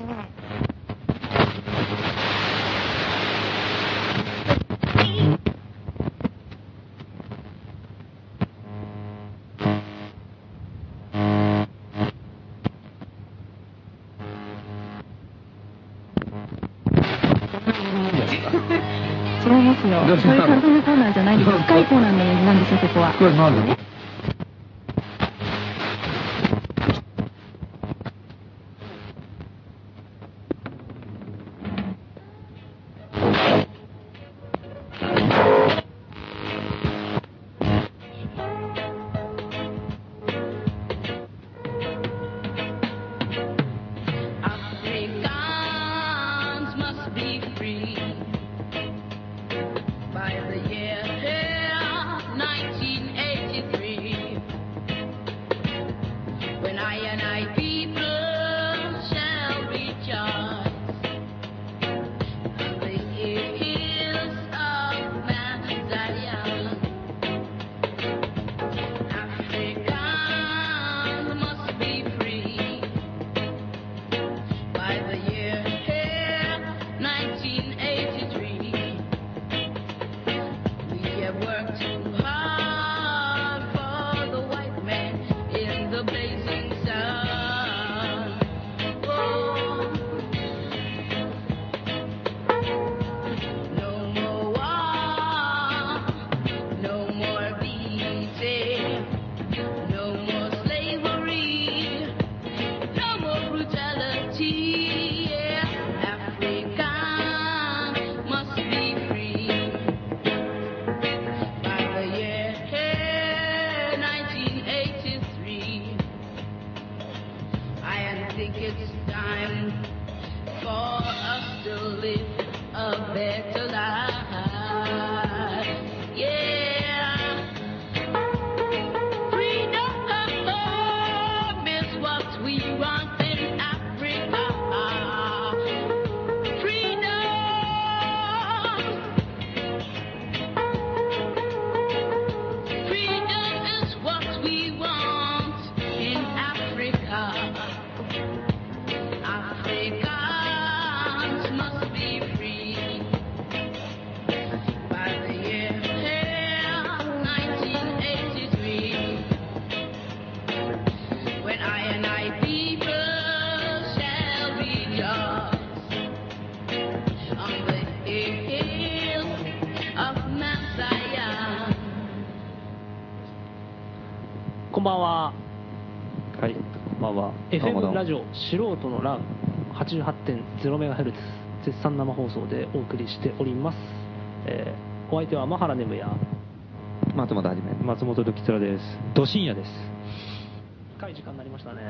違いますよ。そういうカルトのコーナーじゃないんですよ。深いコーナーなんですよ、ここは。 これなんで？ こんばんは。 はい、こんばんは。 FM ラジオ素人の欄 88.0MHz 絶賛生放送でお送りしております。お相手はマハラネムヤ松本はじめ、 松本時虎です。ど深夜です。 深い時間になりましたね。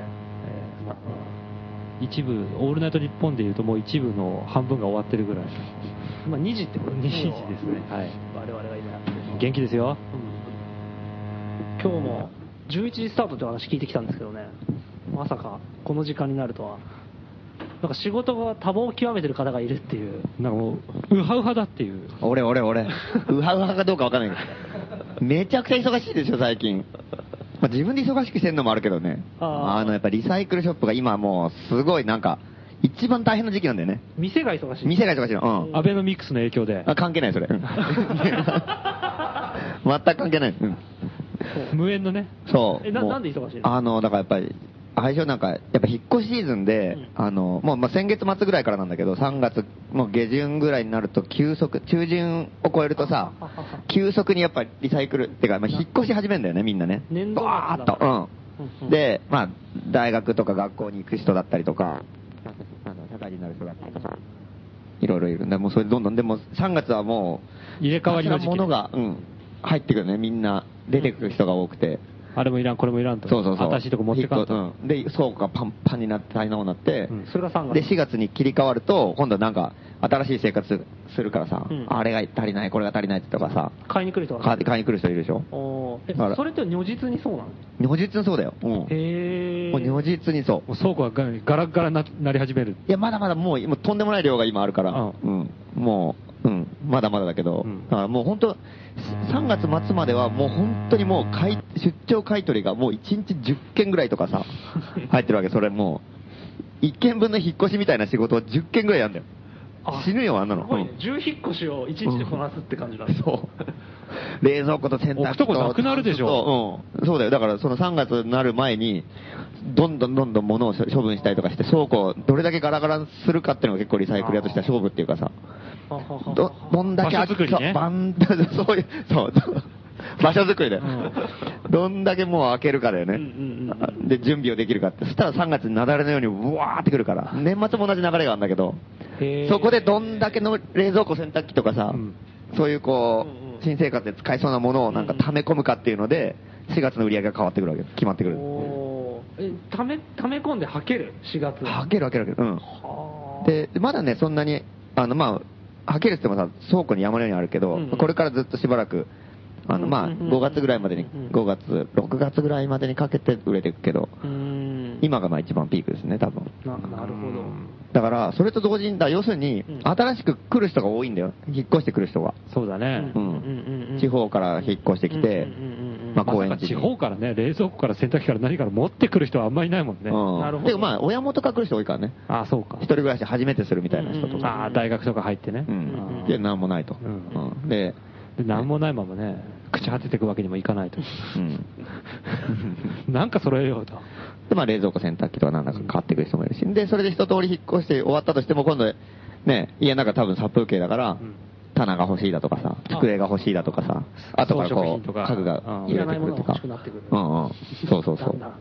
一部オールナイトニッポンでいうともう一部の半分が終わってるぐらい。 まあ2時ってこと 2時ですね。はい。 我々が今やってるのは元気ですよ。 今日も11時スタートって話聞いてきたんですけどね、まさかこの時間になるとは。なんか仕事が多忙を極めてる方がいるっていう。 なんかもうウハウハだっていう。 俺ウハウハかどうかわかんないけどめちゃくちゃ忙しいでしょ最近。まあ、自分で忙しくしてんのもあるけどね。やっぱリサイクルショップが今もうすごいなんか一番大変な時期なんだよね。 店が忙しい。 店が忙しいの。 アベノミクスの影響で。 関係ないそれ。全く関係ない。 無縁のね。 そう。 なんで忙しいの？ だからやっぱり、最初なんか、やっぱ引っ越しシーズンで、もう先月末ぐらいからなんだけど、3月の下旬ぐらいになると中旬を超えるとさ、急速にやっぱリサイクルってか、引っ越し始めるんだよね、みんなね。 年度末バーっと。で、大学とか学校に行く人だったりとか、社会人になる人だったりとか、いろいろいるんで、もうそれどんどん、でも3月はもう、 入れ替わりの時期。 ものが、入ってくるね、みんな。出てくる人が多くて。 あれもいらん、これもいらんと。 そう。 新しいとこ持ってかんと。 で、倉庫がパンパンになって大変なことになって、 それが3月。 で、4月に切り替わると、今度はなんか、新しい生活するからさ、あれが足りない、これが足りないってとかさ、 買いに来る人買いに来る人いるでしょ。 それって如実にそうなの？ 如実にそうだよ。 へもう如実にそう。 もう倉庫がガラガラになり始める。 いや、まだまだもうとんでもない量が今あるから、もう、まだまだだけど、だからもう本当、3月末まではもう本当にもう出張買い取りがもう1日10件ぐらいとかさ、入ってるわけ、それもう。 1軒分の引っ越しみたいな仕事を10件ぐらいやるんだよ。死ぬよ、あんなの。 すごいね。10引っ越しを1日でこなすって感じだね。 そう。冷蔵庫と洗濯機と。 置くとこなくなるでしょ。 そうだよ。だからその3月になる前に、どんどん物を処分したりとかして、倉庫をどれだけガラガラにするかっていうのが結構リサイクル屋としては勝負っていうかさ。どんだけ場所作りね。 そういう、そう場所作りだよ。どんだけもう開けるかだよね。で、準備をできるかって。そしたら3月に雪崩のようにブワーってくるから。年末も同じ流れがあるんだけど、そこでどんだけの冷蔵庫、洗濯機とかさ、そういうこう、新生活で使えそうなものをなんか溜め込むかっていうので、4月の売り上げが変わってくるわけ。決まってくる。 溜め込んで履ける ?4 月。 履ける。うん。で、まだね、そんなに、まあ、履けるって言ってもさ、倉庫に山のようにあるけど、これからずっとしばらく、まあ、5月ぐらいまでに、5月、6月ぐらいまでにかけて売れていくけど、今がまあ一番ピークですね、多分。 なるほど。 だから、それと同時に、要するに、新しく来る人が多いんだよ。引っ越してくる人が。 そうだね。 地方から引っ越してきて、まあ、高円寺。 地方からね、冷蔵庫から洗濯機から何から持ってくる人はあんまりいないもんね。 なるほど。 でもまあ、親元から来る人多いからね。 ああ、そうか。 一人暮らし初めてするみたいな人とか。 ああ、大学とか入ってね。 で、なんもないと。 で、なんもないままね、口当てていくわけにもいかないと。なんか揃えようと。 で、まあ、冷蔵庫、洗濯機とかなんだか買っていく人もいるし。で、それで一通り引っ越して終わったとしても、今度、ね、家の中多分殺風景だから、棚が欲しいだとかさ、机が欲しいだとかさ、後からこう、家具がいらないものが欲しくなってくる。 そう。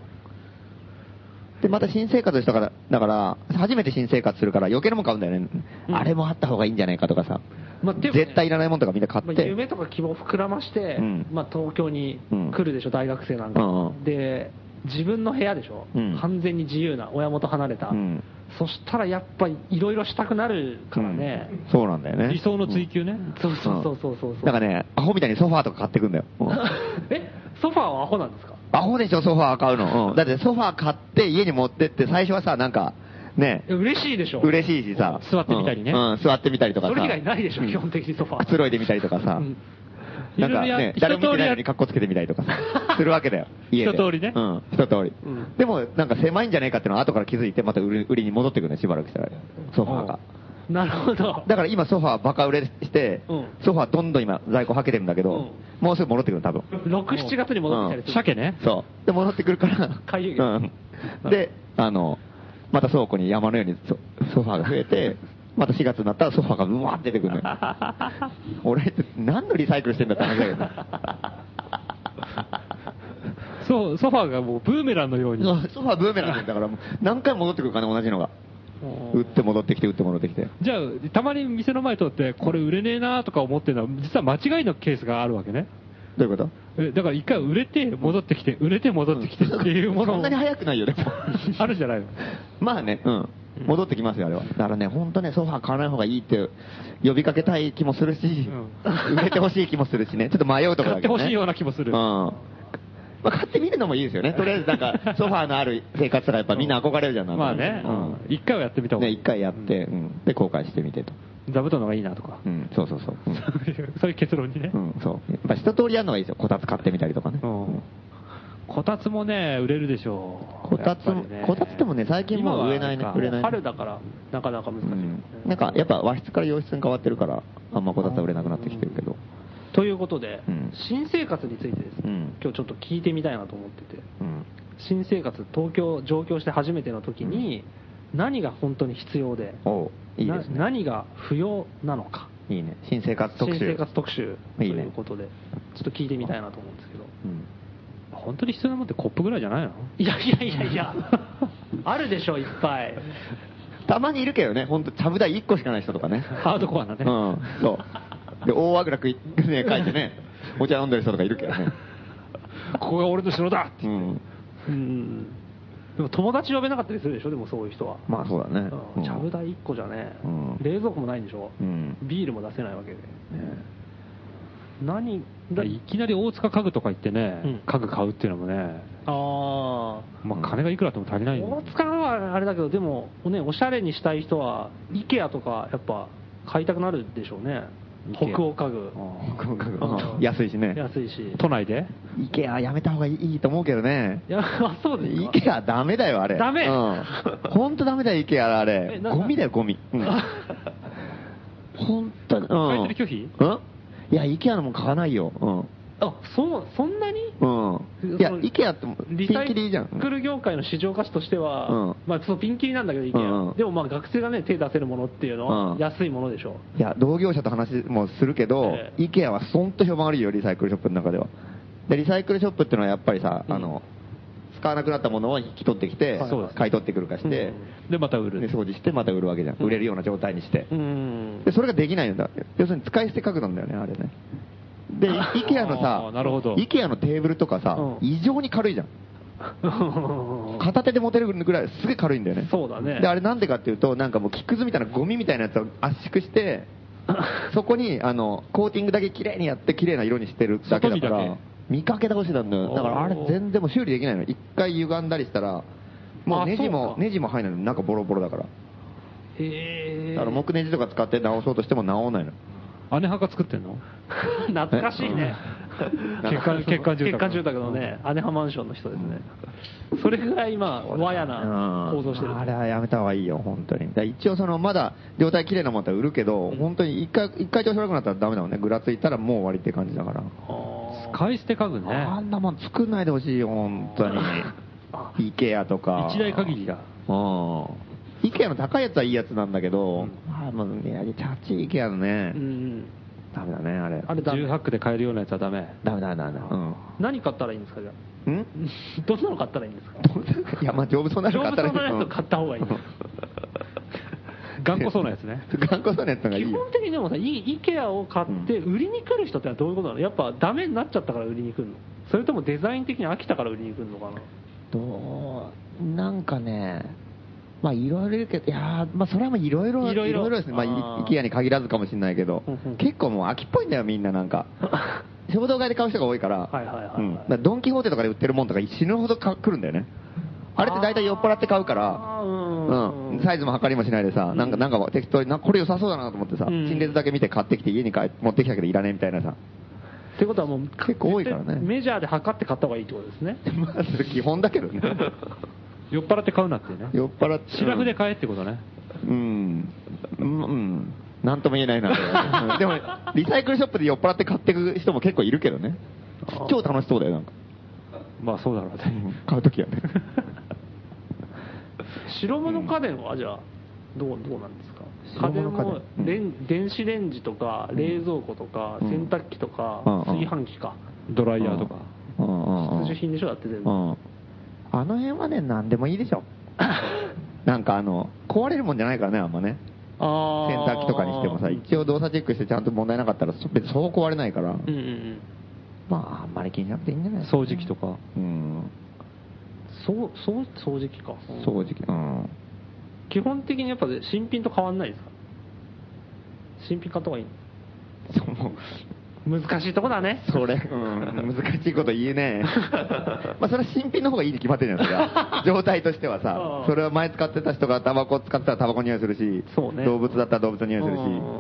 で、また新生活したから、だから、初めて新生活するから余計なもん買うんだよね。あれもあった方がいいんじゃないかとかさ。絶対いらないもんとかみんな買って。 夢とか希望を膨らまして、まあ東京に来るでしょ、大学生なんか。で、自分の部屋でしょ、完全に自由な、親元離れた。そしたらやっぱりいろいろしたくなるからね。 そうなんだよね。 理想の追求ね。 そう。 だからね、アホみたいにソファーとか買ってくんだよ。 ソファーはアホなんですか？ アホでしょ、ソファー買うの。だってソファー買って家に持ってって、最初はさ、なんか、ね。 嬉しいでしょ。 嬉しいしさ。 座ってみたりね。 座ってみたりとかさ。 それ以外ないでしょ、基本的にソファー。 くつろいでみたりとかさ。なんかね、誰も見てないのにカッコつけてみたりとかさ、するわけだよ。家で。 一通りね。 一通り。でも、なんか狭いんじゃないかっていうのは後から気づいて、また売りに戻ってくるね、しばらくしたら。ソファーが。 なるほど。 だから今ソファーバカ売れして、ソファーどんどん今在庫はけてるんだけど、もうすぐ戻ってくる多分。 6、7月に戻ってきたりする。 鮭ね。 そう。で、戻ってくるから、で、また倉庫に山のようにソファーが増えて、また4月になったらソファーがうわーって出てくるのよ。俺って何のリサイクルしてんだって話だけど。 そう、ソファーがもうブーメランのように。 ソファーブーメランなんだから、何回も戻ってくるからね、同じのが。売って戻ってきて、売って戻ってきて。 じゃあ、たまに店の前通って、これ売れねえなとか思ってるのは、実は間違いのケースがあるわけね。 どういうこと？ だから一回売れて戻ってきて、売れて戻ってきてっていうものそんなに早くないよ、でも。 あるんじゃないの？ まあね、戻ってきますよ、あれは。だからね、本当ね、ソファー買わない方がいいって呼びかけたい気もするし、売れてほしい気もするしね、ちょっと迷うところだけどね。 買ってほしいような気もする。 まあ、買ってみるのもいいですよね。とりあえずなんか、ソファーのある生活とかやっぱみんな憧れるじゃん。 まあね、一回はやってみた方がいい。 ね、一回やって、で、後悔してみてと。 座布団のがいいなとか。 そう。 そういう結論にね。 そう。やっぱ一通りやるのがいいですよ。こたつ買ってみたりとかね。 こたつもね、売れるでしょう。 こたつでもね、最近もう売れないね。売れない。 春だから、なかなか難しい。 なんか、やっぱ和室から洋室に変わってるから、あんまこたつは売れなくなってきてるけど。 ということで、新生活についてですね、今日ちょっと聞いてみたいなと思ってて、新生活、東京上京して初めての時に、何が本当に必要で、 いいですね、 何が不要なのか。 いいね。新生活特集。 新生活特集ということで、ちょっと聞いてみたいなと思うんですけど。 本当に必要なもんってコップぐらいじゃないの？ いや、あるでしょ、いっぱい。 たまにいるけどね、本当ちゃぶ台1個しかない人とかね。 ハードコアなね。 そう。で、大あぐらくね、書いてね、お茶飲んでる人とかいるけどね。 ここが俺の城だって。 でも友達呼べなかったりするでしょ、でもそういう人は。 まあそうだね。 ちゃぶ台1個じゃね、冷蔵庫もないんでしょ、ビールも出せないわけで。 いきなり大塚家具とか行ってね、家具買うっていうのもね、まあ金がいくらあっても足りない。 大塚はあれだけど、でもね、おしゃれにしたい人は、IKEA とかやっぱ買いたくなるでしょうね。 北欧家具。 安いしね。 安いし。 都内でイケアやめた方がいいと思うけどね。 いや、そうですか。 イケアダメだよ、あれ。 ダメほんとダメだよ、イケアあれ。ゴミだよ、ゴミ。ほんとに。 買い取り拒否？いや、イケアのもん買わないよ。 あ、そんなに？ いや、イケアってピンキリじゃん。 リサイクル業界の市場価値としては、まあ、そのピンキリなんだけど、イケア。でもまあ、学生がね、手出せるものっていうのは安いものでしょ。 いや、同業者と話もするけど、イケアはほんと評判悪いよ、リサイクルショップの中では。で、リサイクルショップっていうのはやっぱりさ、使わなくなったものを引き取ってきて、買い取ってくるかして、 で、また売る。 で、掃除してまた売るわけじゃん。売れるような状態にして。で、それができないんだ。要するに使い捨て家具なんだよね、あれね。で、イケアのさ、イケアのテーブルとかさ、異常に軽いじゃん。片手で持てるぐらいすげえ軽いんだよね。 そうだね。 で、あれなんでかっていうと、なんかもう木くずみたいなゴミみたいなやつを圧縮して、そこに、コーティングだけ綺麗にやって綺麗な色にしてるだけだから、見かけ倒しなんだよ。だからあれ全然もう修理できないの。一回歪んだりしたら、もうネジも入らないの。なんかボロボロだから。だから木ネジとか使って直そうとしても直らないの。 姉派が作ってんの？ 懐かしいね。 欠陥住宅のね、姉派マンションの人ですね。それぐらい今、和やな構造してる。 あれはやめた方がいいよ、本当に。一応まだ状態綺麗なものは売るけど、本当に一回調子悪くなったらダメだもんね。ぐらついたらもう終わりって感じだから。 使い捨て家具ね。 あんなもん作んないでほしいよ、本当に。イケアとか。 一台限りだ。 イケアの高いやつはいいやつなんだけど、もうね、チャチイケアのね、ダメだね、あれ。 18区で買えるようなやつはダメ。 ダメ。 何買ったらいいんですか、じゃあ。どんなの買ったらいいんですか？ いや、まあ丈夫そうなの買ったらいい。 丈夫そうなやつ買った方がいい。 頑固そうなやつね。 頑固そうなやつがいい。 基本的にでもさ、イケアを買って売りに来る人ってのはどういうことなの？やっぱダメになっちゃったから売りに来るの？それともデザイン的に飽きたから売りに来るのかな？ なんかね、まあいろいろいるけど、いやまあそれはもういろいろですね。まあイケアに限らずかもしれないけど、結構もう飽きっぽいんだよみんななんか。衝動買いで買う人が多いから、ドンキホーテとかで売ってるもんとか死ぬほど来るんだよね。あれって大体酔っ払って買うから、サイズも測りもしないでさ、なんか適当に、これ良さそうだなと思ってさ、陳列だけ見て買ってきて家に持ってきたけどいらねえみたいなさ。 ってことはもう結構多いからね。 メジャーで測って買った方がいいってことですね。 まあそれ基本だけどね。 酔っ払って買うなってね。 酔っ払って。 シラフで買えってことね。 なんとも言えないな。でも、リサイクルショップで酔っ払って買っていく人も結構いるけどね。超楽しそうだよ、なんか。 まあそうだろうね。 買うときはね。 白物家電はじゃあ、どうなんですか？家電も電子レンジとか冷蔵庫とか洗濯機とか炊飯器かドライヤーとか必需品でしょ？だって全部あの辺はね何でもいいでしょ。なんか壊れるもんじゃないからね、あんまね。洗濯機とかにしてもさ、一応動作チェックしてちゃんと問題なかったら別にそう壊れないから、まああんまり気になっていいんじゃない？ 掃除機とか。 掃除機か。 掃除機。 基本的にやっぱ新品と変わんないですか？新品買った方がいい？難しいとこだね。 それ、難しいこと言えねえ。まあそれは新品の方がいいに決まってるじゃないですか。状態としてはさ、それは前使ってた人がタバコ使ってたらタバコ匂いするし、動物だったら動物匂いする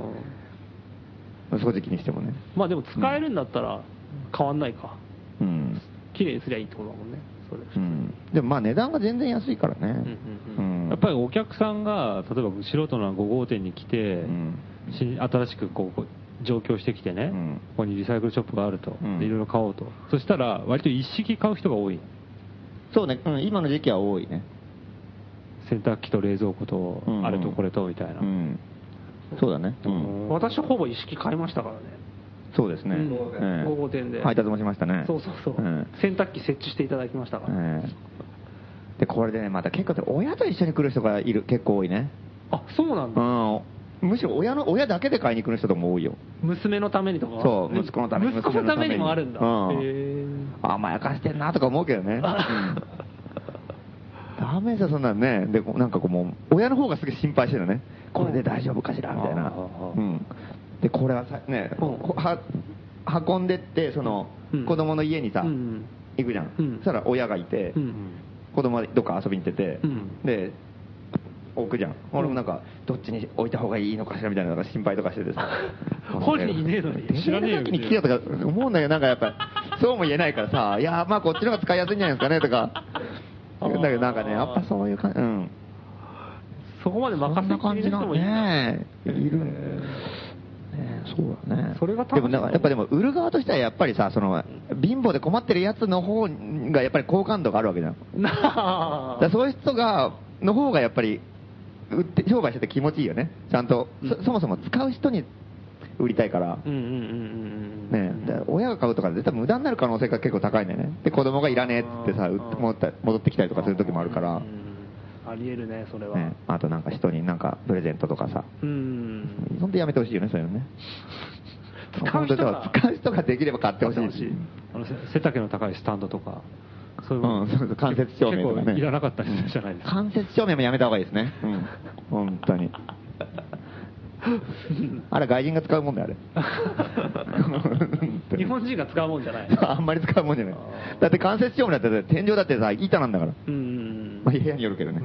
し、掃除機にしてもね。 まあでも使えるんだったら変わんないか。綺麗にすりゃいいってことだもんね。 でもまあ値段が全然安いからね。 やっぱりお客さんが例えば素人の5号店に来て、新しくこう上京してきてね、ここにリサイクルショップがあると、いろいろ買おうと、そしたら割と一式買う人が多い。 そうね、今の時期は多いね。 洗濯機と冷蔵庫とあれとこれとみたいな。 そうだね。 私ほぼ一式買いましたからね。 そうですね。 5号店で配達もしましたね。 そう。洗濯機設置していただきましたから。 でこれでね、また結構親と一緒に来る人が結構多いね。 あ、そうなんだ。 むしろ親だけで買いに来る人とかも多いよ。 娘のためにとか。 そう、息子のために。 息子のためにもあるんだ。 甘やかしてんなとか思うけどね。ダメですよ、そんなんね。で、なんかもう、親の方がすげえ心配してるのね。これで大丈夫かしらみたいな。で、これはさ、ね、運んでって、子供の家にさ、行くじゃん。そしたら親がいて、子供はどっか遊びに行ってて、で、 置くじゃん。俺もなんか、どっちに置いた方がいいのかしらみたいなのが心配とかしててさ。 本人いねえのに。 知らねえ時に聞けよとか思うんだけど、なんかやっぱ、そうも言えないからさ、いや、まあこっちの方が使いやすいんじゃないですかねとか、言うんだけど、なんかね、やっぱそういう感じ、うん。 そこまで任せきりの人もいる。 ねいる。そうだね。 それがでもやっぱでも売る側としてはやっぱりさ、その貧乏で困ってるやつの方がやっぱり好感度があるわけじゃん。だそういう人の方がやっぱり売って商売してて気持ちいいよね。ちゃんと、そもそも使う人に売りたいから。ね、親が買うとか絶対無駄になる可能性が結構高いんだよね。で子供がいらねえってさ戻ってきたりとかする時もあるから。 ありえるね、それは、 ね。あとなんか人になんかプレゼントとかさ。本当やめてほしいよね、そういうのね。使う人ができれば買ってほしいし。 背丈の高いスタンドとか。そういうそう間接照明とかね。 いらなかったりするじゃないですか。 間接照明もやめた方がいいですね。本当に。あれ外人が使うもんだよ、あれ。日本人が使うもんじゃない。 あんまり使うもんじゃない。だって間接照明だって天井だってさ、板なんだから。まあ部屋によるけどね。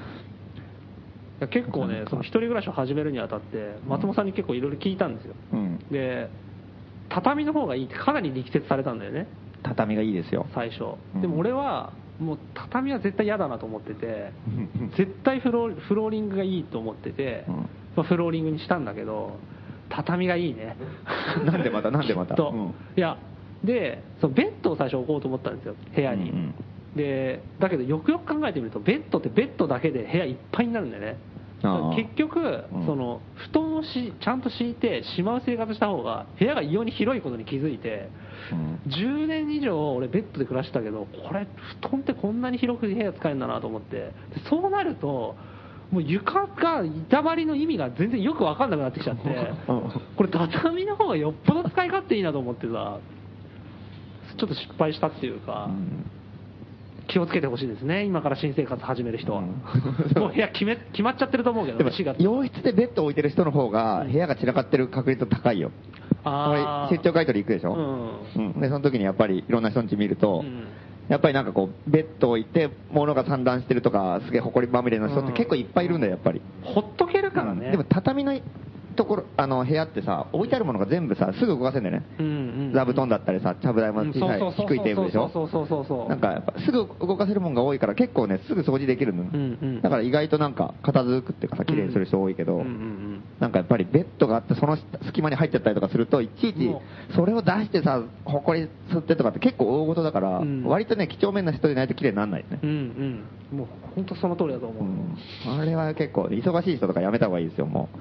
結構ね、その一人暮らしを始めるにあたって、松本さんに結構いろいろ聞いたんですよ。で、畳の方がいいってかなり力説されたんだよね。 畳がいいですよ。 最初。でも俺は、もう畳は絶対嫌だなと思ってて、絶対フローリングがいいと思ってて、フローリングにしたんだけど、畳がいいね。 なんでまたいや、で、そのベッドを最初置こうと思ったんですよ、部屋に。で、だけどよくよく考えてみると、ベッドってベッドだけで部屋いっぱいになるんだよね。結局、その布団をちゃんと敷いてしまう生活した方が部屋が異様に広いことに気づいて、10年以上俺ベッドで暮らしてたけど、これ布団ってこんなに広く部屋使えるんだなと思って、そうなるともう床が板張りの意味が全然よく分かんなくなってきちゃって、これ畳の方がよっぽど使い勝手いいなと思ってさ、ちょっと失敗したっていうか、気をつけてほしいですね、今から新生活始める人は。もう部屋決まっちゃってると思うけど、 でも洋室でベッド置いてる人の方が部屋が散らかってる確率高いよ。出張買い取り行くでしょ、でその時にやっぱりいろんな人の家見ると、やっぱりなんかこうベッド置いて物が散乱してるとかすげえ埃まみれの人って結構いっぱいいるんだよ、やっぱり。 ほっとけるからね。 でも畳のところ部屋ってさ、置いてあるものが全部さすぐ動かせるんだよね。座布団だったりさ、ちゃぶ台も小さい低いテーブルでしょ。なんかやっぱすぐ動かせるものが多いから結構ねすぐ掃除できるの。だから意外となんか片付くっていうかさ、綺麗にする人多いけど、なんかやっぱりベッドがあってその隙間に入っちゃったりとかすると、いちいちそれを出してさ、ほこり吸ってとかって結構大事だから、割とね几帳面な人でないと綺麗にならないね。 もう本当その通りだと思う。 あれは結構忙しい人とかやめた方がいいですよ、もう。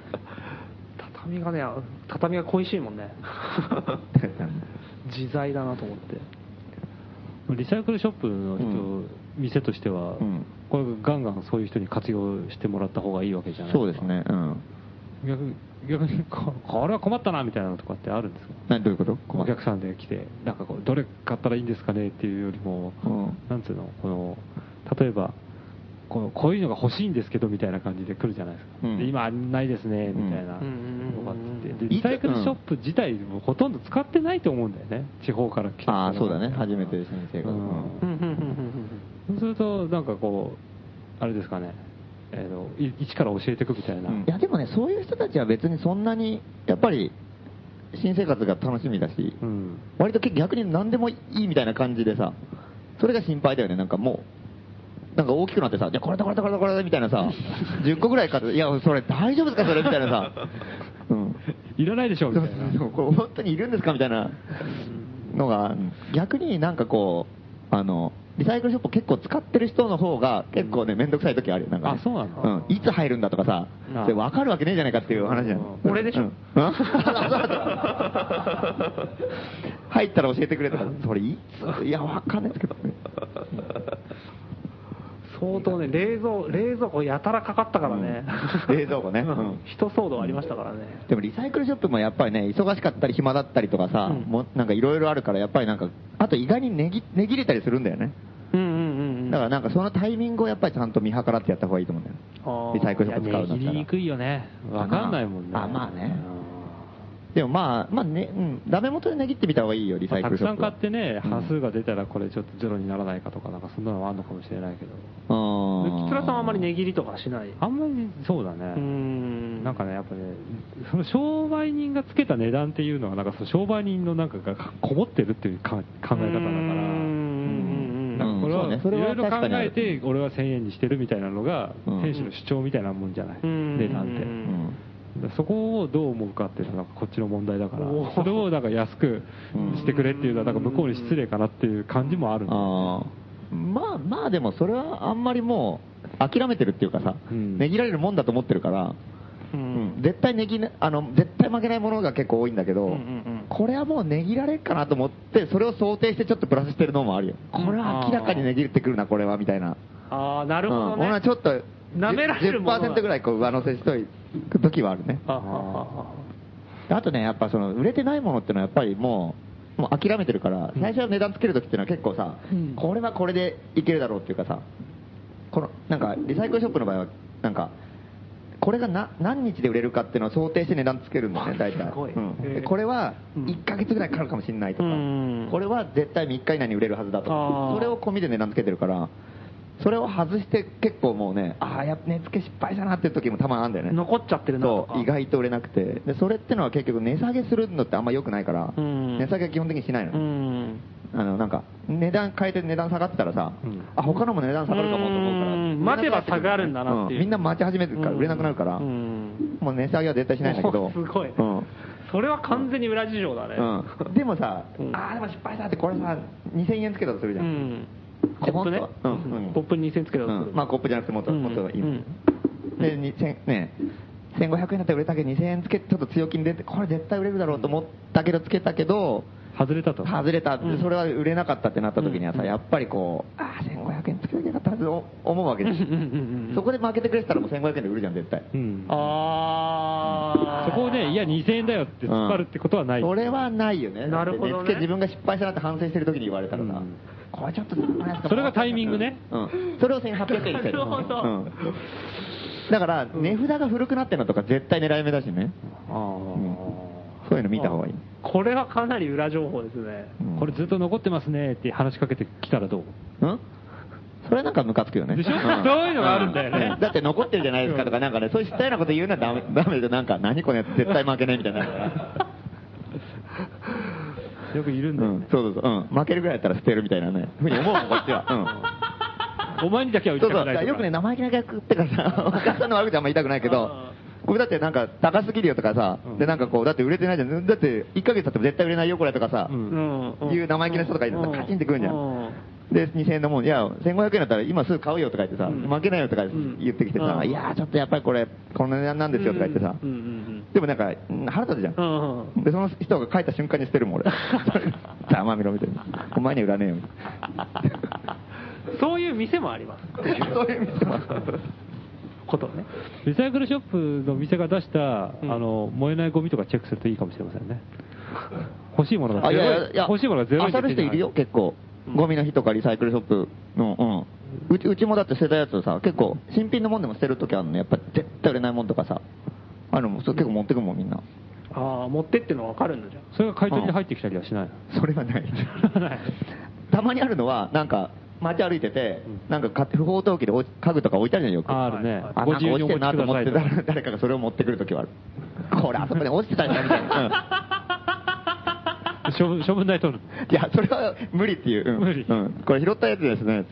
畳が恋しいもんね。自在だなと思って。 リサイクルショップの人、店としては、これガンガンそういう人に活用してもらった方がいいわけじゃないですか。 そうですね。 逆にこれは困ったなみたいなのとかってあるんですか？ どういうこと？ お客さんで来て、なんかこうどれ買ったらいいんですかねっていうよりも、なんつうの、例えばこういうのが欲しいんですけどみたいな感じで来るじゃないですか。で今ないですねみたいなのがあって、リサイクルショップ自体もほとんど使ってないと思うんだよね、地方から来て。 ああ、そうだね、初めて先生が。 そうするとなんかこうあれですかね、一から教えていくみたいな。 いやでもね、そういう人たちは別にそんなにやっぱり新生活が楽しみだし、割と逆に何でもいいみたいな感じでさ、それが心配だよね。なんかもうなんか大きくなってさ、じゃこれだみたいなさ、10個ぐらい買って、いやそれ大丈夫ですかそれみたいなさ、 いらないでしょみたいな、 これ本当にいるんですかみたいなのが、逆になんかこうリサイクルショップ結構使ってる人の方が結構ね、めんどくさい時あるよ。なんかね、 あ、そうなの？ いつ入るんだとかさ、で分かるわけねえじゃないかっていう話じゃん。 俺でしょ。 入ったら教えてくれとか、それいつ、いや分かんないですけどね。 相当ね、冷蔵庫やたらかかったからね。 冷蔵庫ね。 一騒動ありましたからね。 でもリサイクルショップもやっぱりね、忙しかったり暇だったりとかさ、なんかいろいろあるから、やっぱりなんか、あと意外に値切れたりするんだよね。だからなんかそのタイミングをやっぱりちゃんと見計らってやった方がいいと思うんだよ。リサイクルショップ使うんだったら。値切りにくいよね。わかんないもんね。 まあね。 でもまあね、ダメ元で値切ってみた方がいいよ、リサイクルショップ。 たくさん買ってね、端数が出たらこれちょっとゼロにならないかとか、なんかそんなのはあるのかもしれないけど。 木村さんはあんまり値切りとかしない？ あんまりそうだね。なんかね、やっぱね、その商売人がつけた値段っていうのは、なんかその商売人のなんかがこもってるっていう考え方だから、これはいろいろ考えて、俺は1000円にしてるみたいなのが、店主の主張みたいなもんじゃない、値段って。そこをどう思うかっていうのはこっちの問題だから、それをなんか安くしてくれっていうのはなんか向こうに失礼かなっていう感じもあるんだよね。 まあでもそれはあんまりもう諦めてるっていうかさ、値切られるもんだと思ってるから、絶対絶対負けないものが結構多いんだけど、これはもう値切られるかなと思って、それを想定してちょっとプラスしてるのもあるよ。これは明らかに値切ってくるな、これはみたいな。 ああ、なるほどね。 俺はちょっと舐められるもの 10% ぐらいこう上乗せしといく時はあるね。あとね、やっぱその売れてないものってのはやっぱりもう諦めてるから、最初は値段つける時っていうのは結構さ、これはこれでいけるだろうっていうかさ、このなんかリサイクルショップの場合はなんかこれが何日で売れるかっていうのを想定して値段つけるんだよね、大体。これは1ヶ月ぐらいかかるかもしれないとか、これは絶対3日以内に売れるはずだとか、それを込みで値段つけてるから、それを外して結構もうね、やっぱ値付け失敗したなっていう時もたまにあるんだよね。 残っちゃってるなとか。 そう、意外と売れなくて。で、それってのは結局値下げするのってあんま良くないから、値下げは基本的にしないの。なんか、値段変えて値段下がってたらさ、他のも値段下がるかもと思うから、 待てば下がるんだなっていう。 みんな待ち始めてるから売れなくなるから、もう値下げは絶対しないんだけど。 すごい。それは完全に裏事情だね。 でもさ、でも失敗したってこれさ、2000円つけたとするじゃん。 コップね。コップに2000つけたとする。 まあコップじゃなくてもっといい。で、1500円だったら売れたけど2000円つけてちょっと強気に出て、これ絶対売れるだろうと思ったけどつけたけど、 外れたと。 外れた。それは売れなかったってなった時にはさ、やっぱりこう、1500円つけなきゃよかったはず思うわけです。そこで負けてくれてたらもう1500円で売るじゃん、絶対。 そこをね、いや2000円だよって突っ張るってことはない。 それはないよね。 なるほどね。 自分が失敗したなって反省してる時に言われたらさ、これちょっとそれがタイミングね。 それを1800円にしてる。だから値札が古くなってるのとか絶対狙い目だしね。そういうの見た方がいい。 これはかなり裏情報ですね。 これずっと残ってますねって話しかけてきたらどう？ それはなんかムカつくよね。 でしょ？そういうのがあるんだよね。 だって残ってるじゃないですかとかなんかね、そういう知ったようなこと言うのはダメで、なんか何これ絶対負けないみたいな。 よくいるんだよね。 そう。負けるぐらいだったら捨てるみたいなね。ふうに思うもんこっちは。 お前にだけは打ちたくないとか。 よくね、生意気な客ってかさ、お母さんの悪口あんま言いたくないけど、これだってなんか高すぎるよとかさ、でなんかこう、だって売れてないじゃん。だって1ヶ月経っても絶対売れないよこれとかさ、いう生意気な人とかいるとカチンってくるんじゃん。で、2000円のもん、いや、1500円だったら今すぐ買うよとか言ってさ、負けないよとか言ってきてさ、いやちょっとやっぱりこれ、この値段なんですよとか言ってさ、でもなんか、腹立つじゃん。で、その人が書いた瞬間に捨てるもん俺。さあ、まあ見ろみたいな。お前に売らねえよみたいな。 そういう店もあります。 そういう店もある。 ことね。 リサイクルショップの店が出した、燃えないゴミとかチェックするといいかもしれませんね。欲しいものがゼロ。欲しいものがゼロ。 漁る人いるよ、結構。ゴミの日とかリサイクルショップの、うちもだって捨てたやつをさ、結構、新品のもんでも捨てるときあるのやっぱ絶対売れないもんとかさ、結構持ってくもんみんな。 持ってっての分かるんだじゃん。 それが買い取りで入ってきたりはしないの？ それはない。たまにあるのは、なんか、街歩いてて、なんか不法投棄で家具とか置いてあるじゃんよく。 あるね。 なんか落ちてるなと思って誰かがそれを持ってくるときはある。これあそこで落ちてたんだみたいな。 処分代取る。 いや、それは無理っていう。 無理。 これ拾ったやつですね、つって。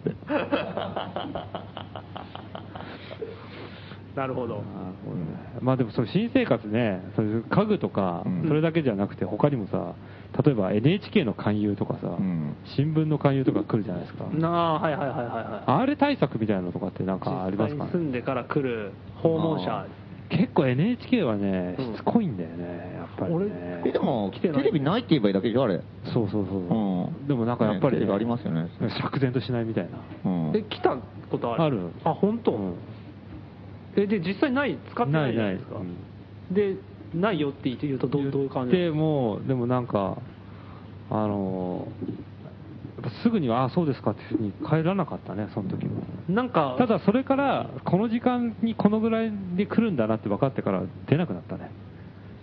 なるほど。 まあでもその新生活ね、そういう家具とか、それだけじゃなくて他にもさ、例えば NHK の勧誘とかさ、新聞の勧誘とか来るじゃないですか。 はい。 あれ対策みたいなのとかってなんかありますかね？ 住んでから来る訪問者。 結構 NHK はね、しつこいんだよね、やっぱりね。 でも、テレビないって言えばいいだけでしょ、あれ。 そう。でもなんかやっぱり、 テレビありますよね。 釈然としないみたいな。 来たことある？ ある。 本当？で、実際使ってないじゃないですか。で、ないよって言うとどういう感じ？ でもなんか、すぐには、そうですかっていうふうに帰らなかったね、その時も。なんか、ただそれから、この時間にこのぐらいで来るんだなって分かってから出なくなったね。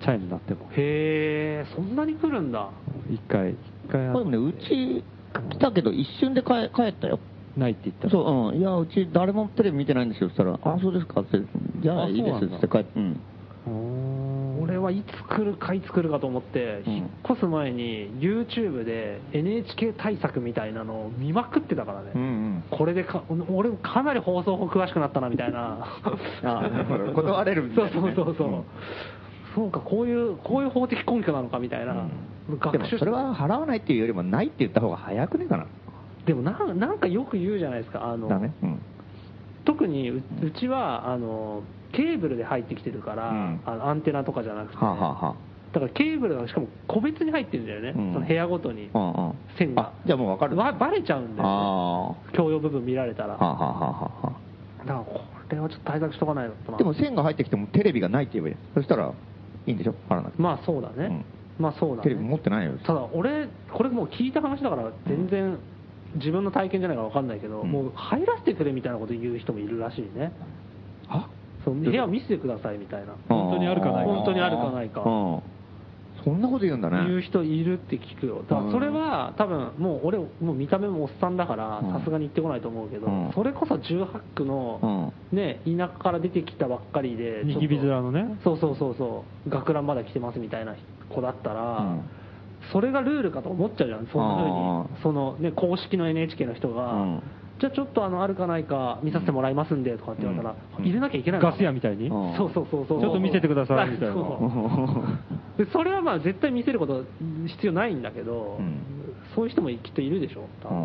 チャイム鳴っても。 へえ、そんなに来るんだ。 一回でもね、うち来たけど一瞬で帰ったよ。 ないって言ったら。 そう、いや、うち誰もテレビ見てないんですよって言ったら、あ、そうですかって、じゃあいいですって帰って、 俺はいつ来るかと思って、引っ越す前に YouTube で NHK 対策みたいなのを見まくってたからね。これで俺かなり放送法詳しくなったなみたいな。 断れるみたいな、ね。 そうか、こういう法的根拠なのかみたいな。 でもそれは払わないっていうよりもないって言った方が早くねえかな。 でもなんかよく言うじゃないですか。特にうちはケーブルで入ってきてるから、アンテナとかじゃなくて、だからケーブルがしかも個別に入ってるんだよね、その部屋ごとに線が。 じゃあもう分かる。 バレちゃうんだよね、共用部分見られたら。だからこれはちょっと対策しとかないとな。 でも線が入ってきてもテレビがないって言えばいい。そしたらいいんでしょ、払わなくて。 まあそうだね。 テレビ持ってないよ。 ただ俺これもう聞いた話だから全然自分の体験じゃないから分かんないけど、もう入らせてくれみたいなこと言う人もいるらしいね。部屋を見せてくださいみたいな。 本当にあるかないか。 本当にあるかないか。 そんなこと言うんだね。 言う人いるって聞くよ。だからそれは多分もう俺もう見た目もおっさんだからさすがに言ってこないと思うけど、それこそ18区のね田舎から出てきたばっかりでにぎび面のね、 そう学ランまだ来てますみたいな子だったら、それがルールかと思っちゃうじゃん。そんな風にそのね公式の NHK の人が。じゃあちょっとあるかないか見させてもらいますんでとかって言われたら、入れなきゃいけないのガス屋みたいに。 そうちょっと見せてくださいみたいな。 でそれはまあ絶対見せること必要ないんだけど、そういう人もきっといるでしょ。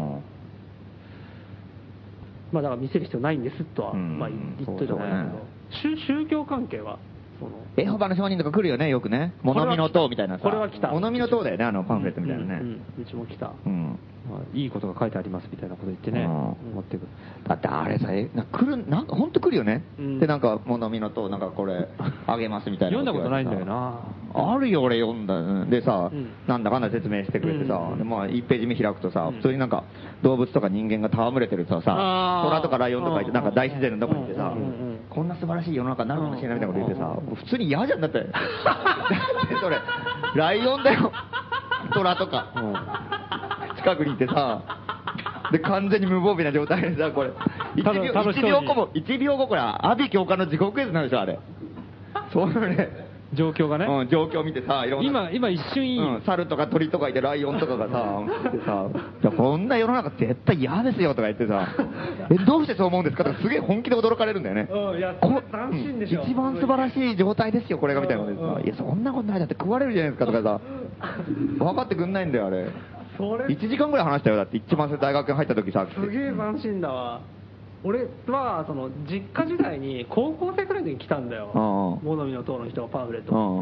まあだから見せる必要ないんですとはまあ言っといた方がいいけど、宗教関係はエホバの証人とか来るよね、よくね。物見の塔みたいなさ。 これは来た。 物見の塔だよね、パンフレットみたいなね。 うちも来た。 いいことが書いてありますみたいなこと言ってね、持ってくる。 だってあれさ、本当来るよね。で、なんか、物見の塔、なんかこれ、あげますみたいな。 読んだことないんだよな。 あるよ、俺読んだ。でさ、なんだかんだ説明してくれてさ、まあ、1ページ目開くとさ、普通になんか、動物とか人間が戯れてるとさ、虎とかライオンとかいて、なんか大自然のとこにいてさ、こんな素晴らしい世の中になるかもしれないみたいなこと言ってさ、普通に嫌じゃんだって。それ、ライオンだよ。虎とか。近くにいてさ、で、完全に無防備な状態でさ、これ。1秒後これ、阿鼻教官の地獄絵図なんでしょ、あれ。そうね。 状況がね。 状況見てさ、いろんな。 今一瞬いい。 猿とか鳥とかいて、ライオンとかがさ、いてさ、こんな世の中絶対嫌ですよとか言ってさ、どうしてそう思うんですかとかすげえ本気で驚かれるんだよね。 斬新でしょ。 一番素晴らしい状態ですよ、これがみたいなこと言ってさ、いや、そんなことないだって食われるじゃないですかとかさ、分かってくんないんだよ、あれ。1時間ぐらい話したよ、だって一番大学に入った時さ。 すげえ斬新だわ。俺は実家時代に高校生くらいの時に来たんだよ、物見の塔の人がパンフレットを持って。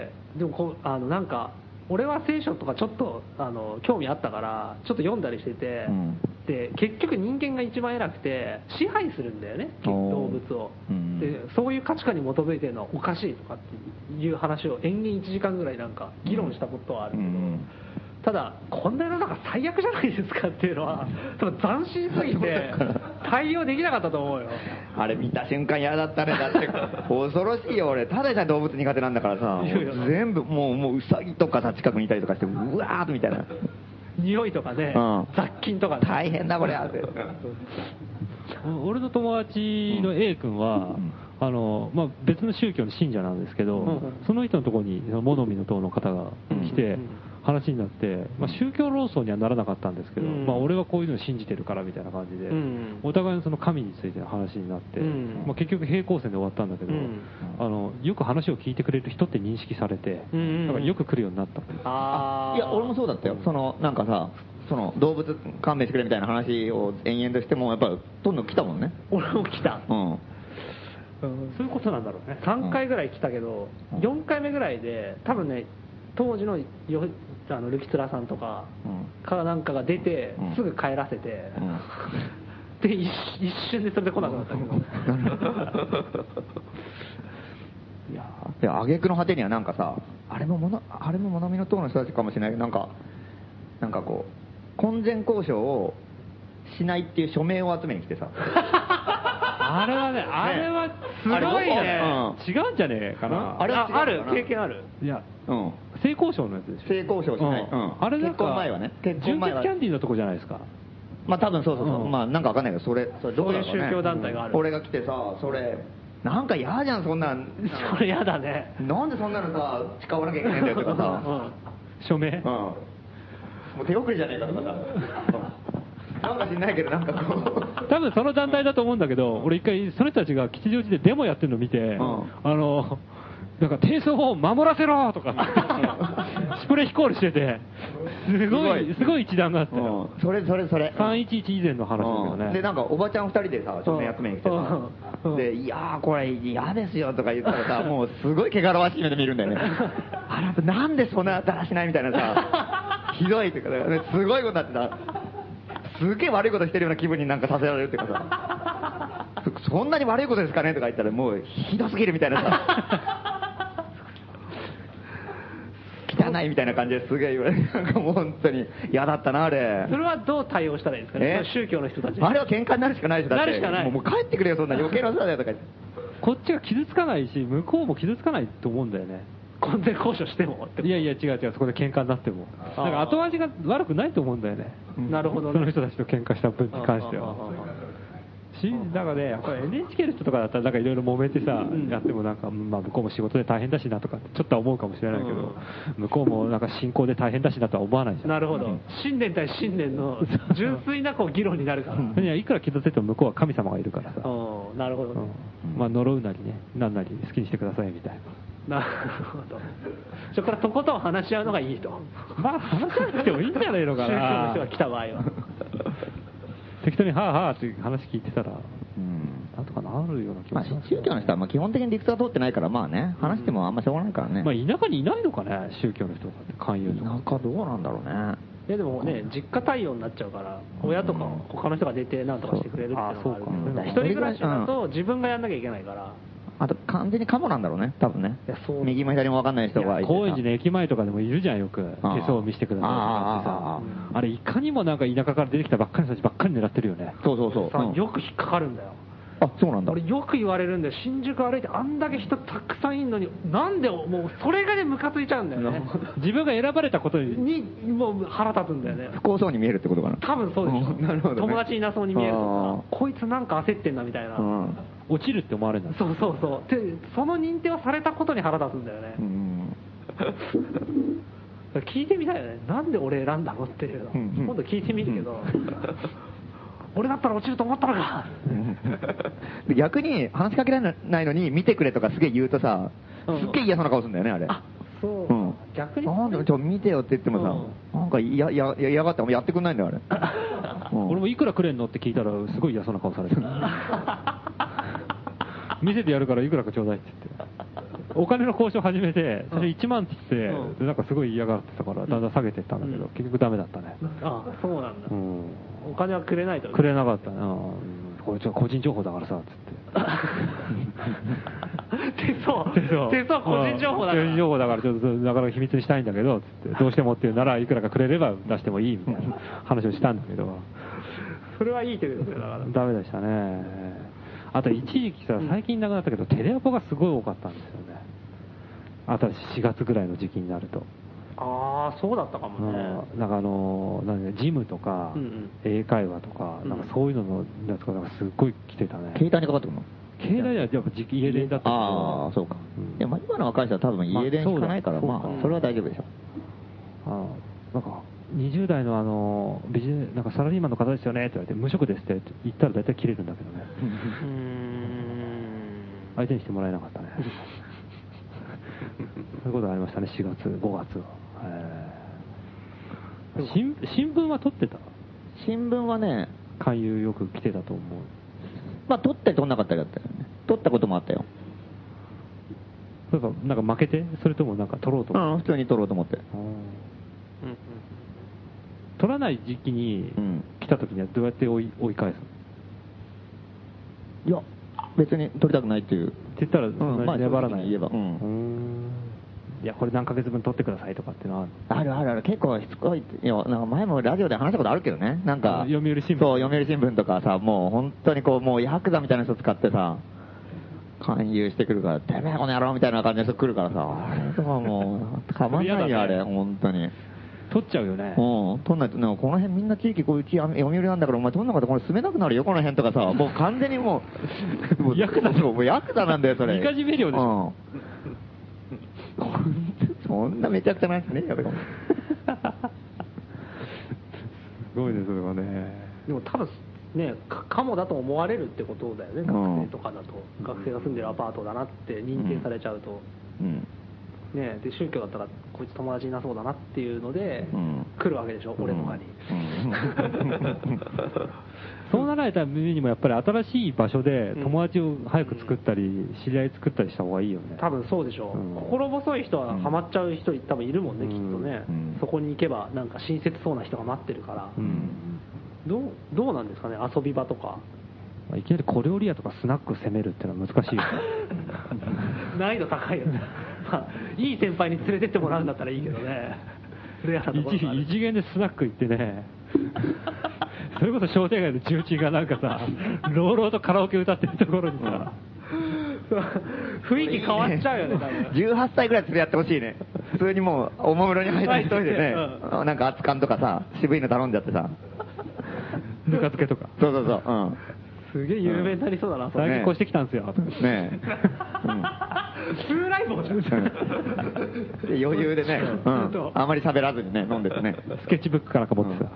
でもなんか俺は聖書とかちょっと興味あったからちょっと読んだりしてて、で結局人間が一番偉くて支配するんだよね、動物を。でそういう価値観に基づいてるのはおかしいとかっていう話を延々1時間ぐらいなんか議論したことはあるけど、ただこんな世の中最悪じゃないですかっていうのは多分斬新すぎて対応できなかったと思うよ。 あれ見た瞬間嫌だったね。だって恐ろしいよ。俺ただでさえ動物苦手なんだからさ、全部もうウサギとかさ近くにいたりとかしてうわーっとみたいな匂いとかね、雑菌とかね、 大変だこれって。 俺の友達の A 君は、別の宗教の信者なんですけど、その人のところに物見の塔の方が来て話になって、宗教論争にはならなかったんですけど、俺はこういうのを信じてるからみたいな感じで、お互いのその神についての話になって、結局平行線で終わったんだけど、よく話を聞いてくれる人って認識されて、だからよく来るようになった。 いや俺もそうだったよ。なんかさ、動物勘弁してくれみたいな話を延々としてもやっぱりどんどん来たもんね。 俺も来た。そういうことなんだろうね。3回ぐらい来たけど、4回目ぐらいで多分ね、当時のルキツラさんとかなんかが出てすぐ帰らせて、で一瞬でそれで来なくなったけど。 いや挙句の果てにはなんかさ、あれも物見の塔の人たちかもしれないけど、なんかこう婚前交渉をしないっていう署名を集めに来てさ。 あれはね、あれはすごいね、違うんじゃねえかな。 あれある経験ある。 いや、性交渉のやつでしょ。 性交渉しない。 あれなんか、 結婚前はね。 純血キャンディーのとこじゃないですか。 まあ多分そう。まあなんかわかんないけど、それどういう宗教団体がある。 俺が来てさ、それ、なんか嫌じゃん、そんなん。 それ嫌だね。 なんでそんなのさ、誓わなきゃいけないんだよとかさ。 署名もう手遅れじゃねえかとかさ。なんか知んないけど、なんかこう。 多分その団体だと思うんだけど、俺一回その人たちが吉祥寺でデモやってるのを見て、なんか低層を守らせろとかスプレー飛行してて、すごい一段があったよ。 それ。 311以前の話だけどね。 で、なんかおばちゃん2人でさ、署名集めに来てさ、で、いやー、これ嫌ですよとか言ったらさ、もうすごい汚らわしい目で見るんだよね。あなたなんでそんなだらしないみたいなさ、ひどいっていうか、すごいことになってさ、すげえ悪いことしてるような気分になんかさせられるっていうかさ、そんなに悪いことですかねとか言ったらもうひどすぎるみたいなさ、汚いみたいな感じですげえ言われる。なんかもう本当に嫌だったな、あれ。 それはどう対応したらいいですかね、宗教の人たち。 あれは喧嘩になるしかないでしょ。 なるしかない。 もう帰ってくれよ、そんな余計なことだよとか。 こっちが傷つかないし、向こうも傷つかないと思うんだよね。 婚前交渉しても。 いやいや、違う、そこで喧嘩になっても。なんか後味が悪くないと思うんだよね。 なるほどね。 その人たちと喧嘩した分に関しては。だからね、やっぱり NHK の人とかだったらなんかいろいろ揉めてさ、やってもなんか、まあ向こうも仕事で大変だしなとかちょっとは思うかもしれないけど、向こうもなんか信仰で大変だしなとは思わないじゃん。 なるほど。信念対信念の純粋なこう議論になるから。 いくら傷ついても向こうは神様がいるからさ。 なるほどね。 まあ呪うなりね、なんなり好きにしてくださいみたいな。 なるほど。そこからとことん話し合うのがいいと。 まあ話し合わなくてもいいんじゃないのかな。 宗教の人が来た場合は。 適当にはあはあって話聞いてたら、なんとかなるような気がします。 宗教の人は基本的に理屈が通ってないからまあね、話してもあんましょうがないからね。 まあ田舎にいないのかね、宗教の人が勧誘とか。 田舎どうなんだろうね。 いやでもね、実家対応になっちゃうから、親とか他の人が出てなんとかしてくれるっていうのがあるけど、一人暮らしだと自分がやんなきゃいけないから。あと完全にカモなんだろうね、多分ね。右も左も分かんない人がいて。 高円寺の駅前とかでもいるじゃん、よく。手相を見せてくださいってさ。あれ、いかにもなんか田舎から出てきたばっかりの人たちばっかり狙ってるよね。 そう。 よく引っかかるんだよ。 あ、そうなんだ。 俺よく言われるんだよ。新宿歩いてあんだけ人たくさんいるのに、なんでもうそれがねムカついちゃうんだよね。 自分が選ばれたことにもう腹立つんだよね。 不幸そうに見えるってことかな。 多分そうでしょ。 なるほどね。 友達いなそうに見えるとか、こいつなんか焦ってんなみたいな。 落ちるって思われるんだ。 そうで、その認定をされたことに腹立つんだよね。聞いてみたいよね。なんで俺選んだのっていうの。今度聞いてみるけど。俺だったら落ちると思ったのか。 逆に話しかけられないのに見てくれとかすげえ言うとさ、すっげえ嫌そうな顔するんだよね、あれ。 そう。逆に。 なんで見てよって言ってもさ、なんか嫌がってやってくんないんだよ、あれ。 俺もいくらくれんのって聞いたらすごい嫌そうな顔されてる。見せてやるからいくらかちょうだいって言って。お金の交渉始めて、それ1万って言って、なんかすごい嫌がってたから、だんだん下げていったんだけど、結局ダメだったね。 あ、そうなんだ。お金はくれないと。 くれなかったな。これちょっと個人情報だからさ、つって。手相個人情報だから。個人情報だから、ちょっとなかなか秘密にしたいんだけど、つって、どうしてもっていうならいくらかくれれば出してもいいみたいな話をしたんだけど。 それはいい手ですよ、だから。 ダメでしたね。あと一時期さ、最近なくなったけど、テレアポがすごい多かったんですよね。あと4月ぐらいの時期になると。 ああ、そうだったかもね。 なんかジムとか、英会話とか、なんかそういうののやつがすっごい来てたね。 携帯にかかってくるの？ 携帯ではやっぱ家電だったけど。 ああ、そうか。でも今の若い人は多分家電しかないから、まあ、それは大丈夫でしょ。 なんか、20代のなんかサラリーマンの方ですよねって言われて、無職ですって言ったら大体切れるんだけどね。相手にしてもらえなかったね。そういうことがありましたね、4月、5月は。新聞は取ってた？ 新聞はね、 勧誘よく来てたと思う。 まあ、取ったり取んなかったりだったよね。取ったこともあったよ。 なんか負けて？それともなんか取ろうと思って？ 普通に取ろうと思って。 取らない時期に来た時にはどうやって追い返すの？いや、別に取りたくないっていう。 って言ったら、 まあ、 粘らない。 言えば。 いや、これ何ヶ月分取ってくださいとかっていうのはある。結構しつこいよ。なんか前もラジオで話したことあるけどね。なんか、 読売新聞。 そう、読売新聞とかさ、もう本当にこう、もうヤクザみたいな人使ってさ、勧誘してくるから、てめえこの野郎みたいな感じの人来るからさ、あれとかもう、たまんないよ、あれ、本当に。 取っちゃうよね。 取んないと、この辺みんな地域、うち読売なんだから、お前取んなかったらこれ住めなくなるよ、この辺とかさ、もう完全にもう、 ヤクザもうヤクザなんだよ、それ。 みかじめ料でしょ。 そんなめちゃくちゃなやつねえよ、すごいね、それはね。 でも多分ね、カモだと思われるってことだよね、学生とかだと。学生が住んでるアパートだなって認定されちゃうと。ね、で宗教だったらこいつ友達いなそうだなっていうので、来るわけでしょ、俺とかに。 そうなられた目にもやっぱり新しい場所で友達を早く作ったり、知り合い作ったりした方がいいよね。 多分そうでしょう。心細い人はハマっちゃう人多分いるもんね、きっとね。そこに行けばなんか親切そうな人が待ってるから。どうなんですかね、遊び場とか。 いきなり小料理屋とかスナック攻めるってのは難しいよね。 難易度高いよね。いい先輩に連れてってもらうんだったらいいけどね。 異次元でスナック行ってね、それこそ商店街の重鎮がなんかさ、朗々とカラオケ歌ってるところにさ、 雰囲気変わっちゃうよね、多分。 18歳ぐらいそれやってほしいね。普通にもうおもむろに入って一人でね、なんか熱燗とかさ、渋いの頼んじゃってさ、 ぬか漬けとか。 そう。 すげえ有名になりそうだな、 最近越してきたんですよ。 ねえ。 ツーライブじゃん。 余裕でね、あまり喋らずにね、飲んでてね。 スケッチブックからかぼってさ。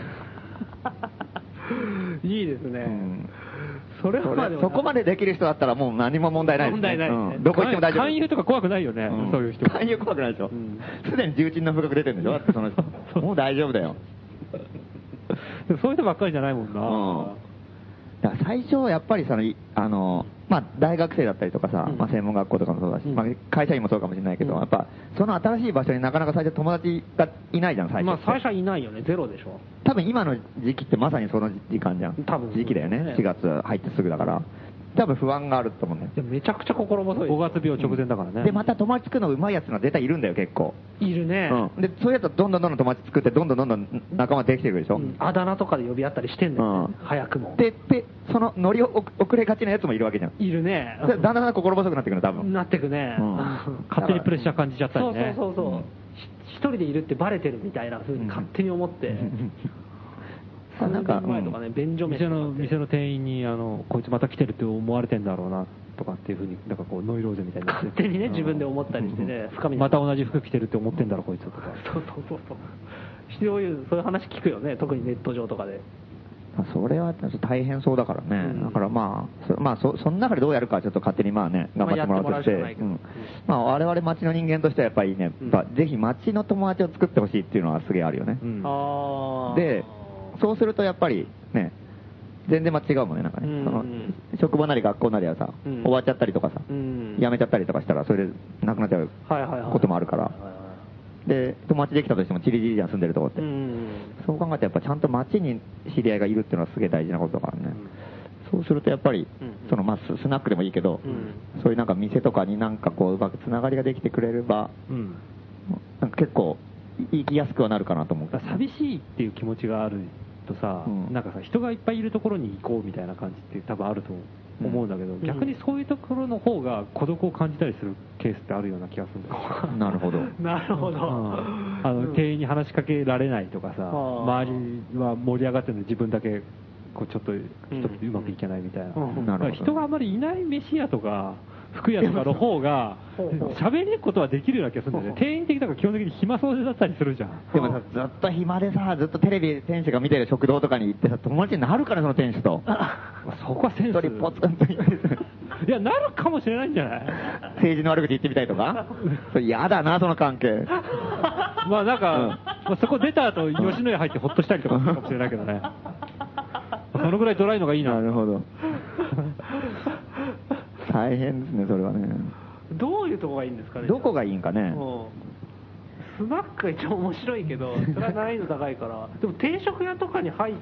いいですね。 そこまでできる人だったらもう何も問題ないですね。 問題ない。 どこ行っても大丈夫。 勧誘とか怖くないよね、そういう人。 勧誘怖くないでしょ。すでに重鎮の風格出てるんでしょ、だってその人。もう大丈夫だよ。 そういう人ばっかりじゃないもんな。 最初やっぱり大学生だったりとかさ、専門学校とかもそうだし、会社員もそうかもしれないけど、やっぱその新しい場所になかなか最初友達がいないじゃん、最初。 最初はいないよね、ゼロでしょ。 多分今の時期ってまさにその時間じゃん。 多分時期だよね、4月入ってすぐだから。多分不安があると思うね。 めちゃくちゃ心細い。 5月病直前だからね。 で、また友達作るのうまいやつが絶対いるんだよ、結構。 いるね。 で、そういうやつはどんどん友達作って、どんどん仲間できてくるでしょ。 あだ名とかで呼び合ったりしてんだよね、早くも。 で、そのノリを遅れがちなやつもいるわけじゃん。 いるね。 だんだん心細くなってくるの、多分。 なってくね。 勝手にプレッシャー感じちゃったりね。 そう。一人でいるってバレてるみたいな風に勝手に思って。なんか前とかね、便所店の店員にこいつまた来てるって思われてんだろうなとかっていうふうになんかこうノイローゼみたいに勝手にね、自分で思ったりしてね、深みまた同じ服着てるって思ってんだろこいつとか。 そうそういう話聞くよね、特にネット上とかで。 それは大変そうだからね。だからその中でどうやるかちょっと勝手に頑張ってもらうとして、我々町の人間としてはやっぱりね、ぜひ町の友達を作ってほしいっていうのはすげえあるよね。で、そうするとやっぱりね、全然違うもんね、なんかね。職場なり学校なりはさ、終わっちゃったりとかさ、辞めちゃったりとかしたら、それでなくなっちゃうこともあるから。で、友達できたとしてもチリジリじゃん、住んでるとこって。そう考えてやっぱちゃんと町に知り合いがいるっていうのはすげえ大事なことだからね。そうするとやっぱり、スナックでもいいけど、そういうなんか店とかになんかこう、うまくつながりができてくれれば、なんか結構、行きやすくはなるかなと思う。 寂しいっていう気持ちがあるとさ、なんかさ、人がいっぱいいるところに行こうみたいな感じって多分あると思うんだけど、逆にそういうところの方が孤独を感じたりするケースってあるような気がするんだよ。 なるほど。 なるほど。 店員に話しかけられないとかさ、周りは盛り上がってるのに自分だけこうちょっとうまくいけないみたいな。人があんまりいない飯屋とか、服屋とかの方が喋ることはできるような気がするんだよね。店員的だから基本的に暇そうだったりするじゃん。 でもさ、ずっと暇でさ、ずっとテレビ店主が見てる食堂とかに行ってさ、友達になるからその店主と。 そこはセンス。 一人ポツンといや、なるかもしれないんじゃない？ 政治の悪口言ってみたいとか。それ嫌だな、その関係。 なんか、そこ出た後、吉野家入ってほっとしたりとかするかもしれないけどね。そのぐらいドライのがいいな。 なるほど。大変ですね、それはね。 どういうとこがいいんですかね。 どこがいいんかね。 スナックが一番面白いけど、それは難易度高いから。でも定食屋とかに入って、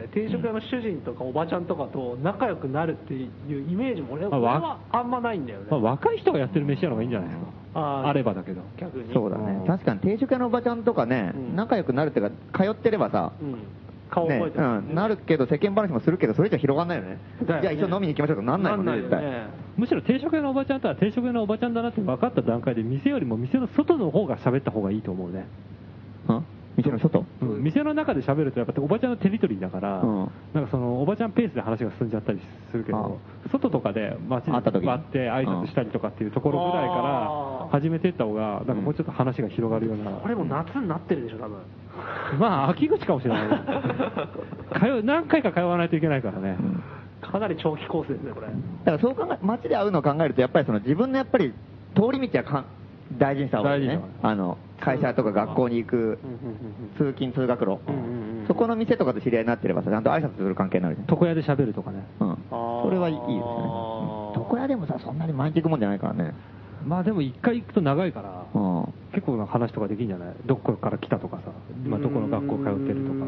定食屋の主人とかおばちゃんとかと仲良くなるっていうイメージも俺はあんまないんだよね。 若い人がやってる飯屋の方がいいんじゃないですか。 あればだけど。 逆に。 そうだね。確かに定食屋のおばちゃんとかね、仲良くなるっていうか、通ってればさ、 顔覚えてる、 なるけど、世間話もするけど、それじゃ広がんないよね。じゃあ一緒に飲みに行きましょうとなんないもんね、絶対。 むしろ定食屋のおばちゃんとは定食屋のおばちゃんだなって分かった段階で、店よりも店の外の方が喋った方がいいと思うね。 店の外、 店の中で喋るとやっぱおばちゃんのテリトリーだから、なんかそのおばちゃんペースで話が進んじゃったりするけど、外とかで街で割って挨拶したりとかっていうところぐらいから始めていった方が、なんかもうちょっと話が広がるような。 これも夏になってるでしょ、多分。 まあ秋口かもしれない。何回か通わないといけないからね。 かなり長期コースですね、これ。だからそう街で会うのを考えると、やっぱりその自分のやっぱり通り道は大事にした方がいいね。会社とか学校に行く通勤通学路、そこの店とかと知り合いになってればさ、ちゃんと挨拶する関係になるじゃん。 床屋で喋るとかね。 それはいいですよね。床屋でもさ、そんなに毎日行くもんじゃないからね。 まあでも一回行くと長いから、結構な話とかできるんじゃない？どこから来たとかさ、今どこの学校通ってるとか。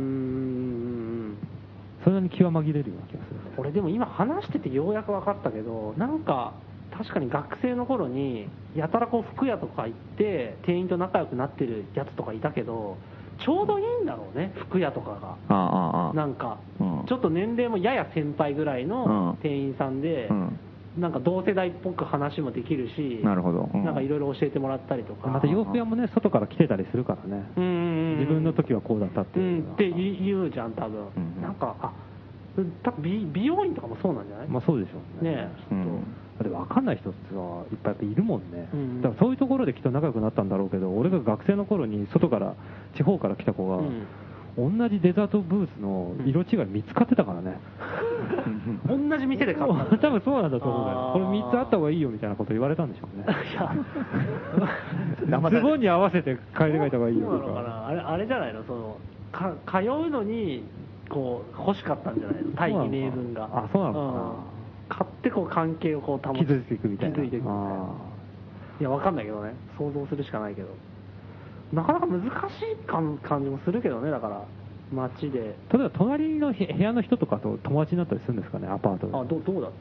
それなりに気は紛れるような気がするね。 俺でも今話しててようやく分かったけど、なんか確かに学生の頃にやたらこう服屋とか行って店員と仲良くなってるやつとかいたけど、ちょうどいいんだろうね、服屋とかが。なんかちょっと年齢もやや先輩ぐらいの店員さんで、なんか同世代っぽく話もできるし、 なるほど、 なんかいろいろ教えてもらったりとか。 また洋服屋もね、外から来てたりするからね。自分の時はこうだったっていう。 って言うじゃん、多分。なんか、多分美容院とかもそうなんじゃない？ まあそうでしょうね。 ねえ、 で分かんない人ってはいっぱいいるもんね。だからそういうところできっと仲良くなったんだろうけど、俺が学生の頃に外から、地方から来た子が、同じデザートブースの色違い見つかってたからね。 同じ店で買った。 多分そうなんだと思うんだよ。これ3つあった方がいいよみたいなこと言われたんでしょうね。ズボンに合わせて買い替えた方がいいよとか。 あれじゃないの、その通うのにこう欲しかったんじゃないの、大義名分が。 あ、そうなのかな。 買ってこう関係をこう保つ、 気づいていくみたいな。 いや、わかんないけどね、想像するしかないけど、なかなか難しい感じもするけどね。だから街で、 例えば隣の部屋の人とかと友達になったりするんですかね、アパートで。 どうだった？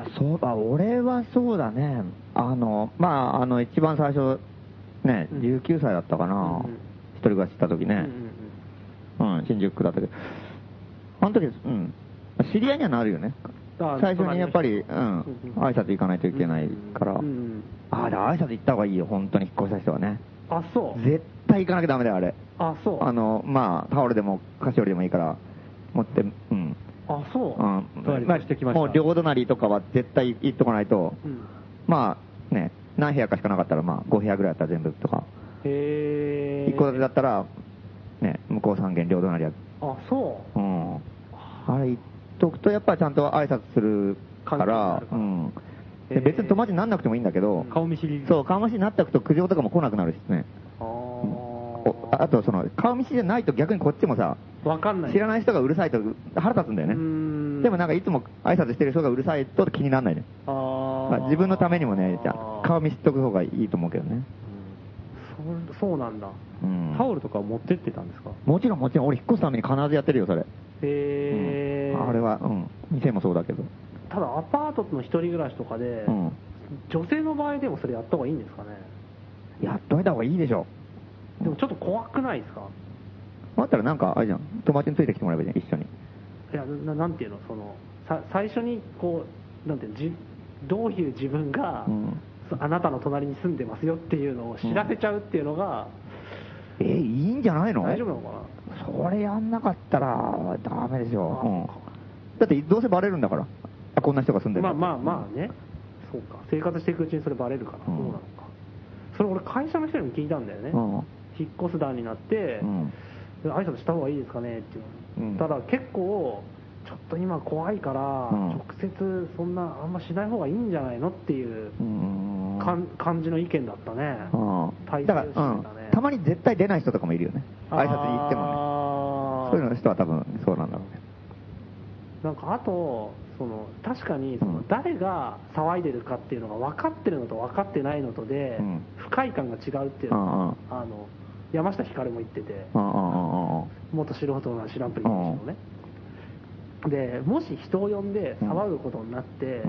そうだ、俺はそうだね、一番最初ね、19歳だったかな、一人暮らしした時ね、新宿区だったけど、あの時、知り合いにはなるよね。最初にやっぱり、挨拶行かないといけないから、挨拶行った方がいいよ、本当に引っ越した人はね。 あ、そう。 絶対行かなきゃダメだよ、あれ。 あ、そう。 タオルでも菓子折りでもいいから、持って、 あ、そう。 もう両隣とかは絶対行っとかないと、まあね、何部屋かしかなかったら、まあ5部屋ぐらいだったら全部とか。1戸建てだったら、ね、向こう3軒両隣は。 あ、そう。 あれ行っとくとやっぱりちゃんと挨拶するから、別に友達にならなくてもいいんだけど、 顔見知り。 そう、顔見知りになっておくと苦情とかも来なくなるしね。あと顔見知りじゃないと逆にこっちもさ、 わかんない。 知らない人がうるさいと腹立つんだよね。でもなんかいつも挨拶してる人がうるさいと気にならないね。自分のためにもね、じゃ顔見知っとく方がいいと思うけどね。 そうなんだ。 タオルとか持ってってたんですか？ もちろん、俺引っ越すために必ずやってるよ、それ。あれは、店もそうだけど。 ただアパートの一人暮らしとかで、女性の場合でもそれやった方がいいんですかね？ やっといた方がいいでしょ。 でもちょっと怖くないですか？ だったらなんかあれじゃん、友達についてきてもらえばいいじゃん、一緒に。 いや、なんていうの、最初にこう、なんていうの、どういう自分が、あなたの隣に住んでますよっていうのを知らせちゃうっていうのが、 いいんじゃないの？ 大丈夫なのかな？ それやんなかったらダメですよ。だってどうせバレるんだから、こんな人が住んでる。 まあね、そうか、生活していくうちにそれバレるから、そうなのか。それ俺会社の人にも聞いたんだよね。引っ越す段になって、挨拶した方がいいですかねっていう。ただ結構ちょっと今怖いから、直接そんなあんましない方がいいんじゃないのっていう感じの意見だったね。 だからたまに絶対出ない人とかもいるよね、挨拶に行ってもね。そういう人は多分そうなんだろうね。 なんかあと確かに誰が騒いでるかっていうのが分かってるのと分かってないのとで、不快感が違うっていうのが山下ひかるも言ってて、元素人の知らんぷりの人ね。でもし人を呼んで騒ぐことになって、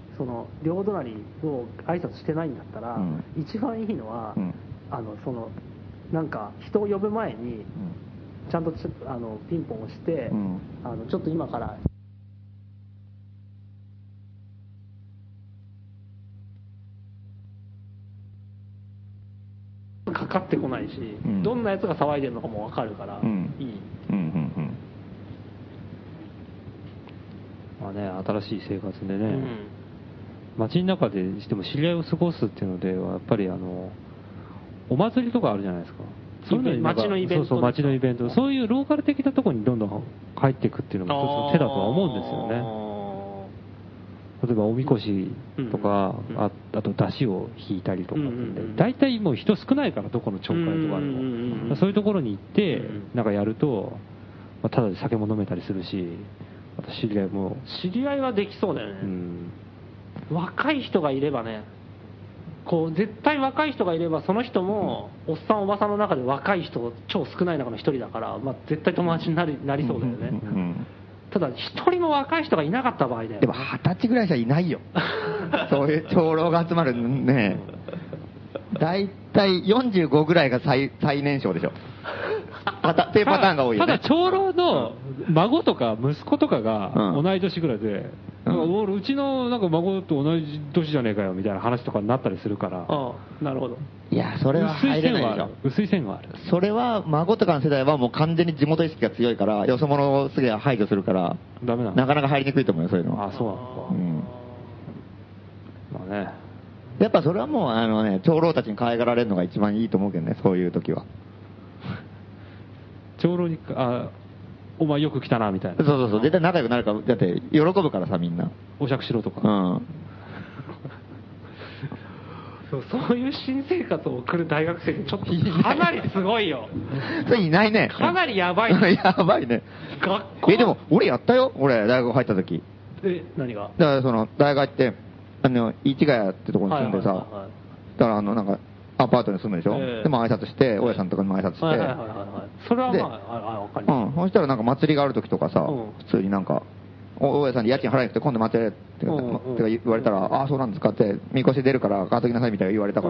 その両隣を挨拶してないんだったら、一番いいのは、なんか人を呼ぶ前にちゃんとピンポン押して、ちょっと今からかかってこないし、どんなやつが騒いでるのかも分かるから、いい。 まあね、新しい生活でね、街の中でしても知り合いを過ごすっていうのではやっぱりお祭りとかあるじゃないですか。そういうのに街のイベント、 そう街のイベント、そういうローカル的なところにどんどん入っていくっていうのも一つの手だとは思うんですよね。例えばおみこしとか、あと出汁を引いたりとかって大体もう人少ないから、どこの町会とかでもそういうところに行ってなんかやると、ただで酒も飲めたりするし、あと知り合いはできそうだよね。若い人がいればね、こう絶対若い人がいれば、その人もおっさんおばさんの中で若い人超少ない中の一人だから、絶対友達になりそうだよね。ただ一人も若い人がいなかった場合だよね。 でも20歳ぐらいじゃいないよ。そういう長老が集まるね。だいたい45ぐらいが最年少でしょ。っていうパターンが多いよね。 ただ長老の孫とか息子とかが同い年ぐらいで、うちのなんか孫と同じ年じゃねえかよみたいな話とかになったりするから。 なるほど。 いや、それは入れないでしょ。 薄い線はある。 それは孫とかの世代はもう完全に地元意識が強いから、よそ者をすげえ排除するから、 ダメなかなか入りにくいと思うよ、そういうのは。 そうなのか。まあね。 やっぱそれはもう長老たちに可愛がられるのが一番いいと思うけどね、そういう時は。 長老にお前よく来たなみたいな。 そう絶対仲良くなるから、だって喜ぶからさ、みんなお酌しろとか。 そういう新生活を送る大学生ってちょっとかなりすごいよ。 それいないね。 かなりやばいね。 やばいね。 学校でも俺やったよ、俺大学入った時。 何が？ だから大学行って市ヶ谷ってところに住んでさ、だからなんかアパートに住むでしょ。でも挨拶して、大家さんとかにも挨拶して。 それはわかります。 そしたらなんか祭りがある時とかさ、普通になんか、大家さんに家賃払いに来て今度祭りって言われたら、そうなんですかって、みこし出るから買っときなさいみたいな言われたから、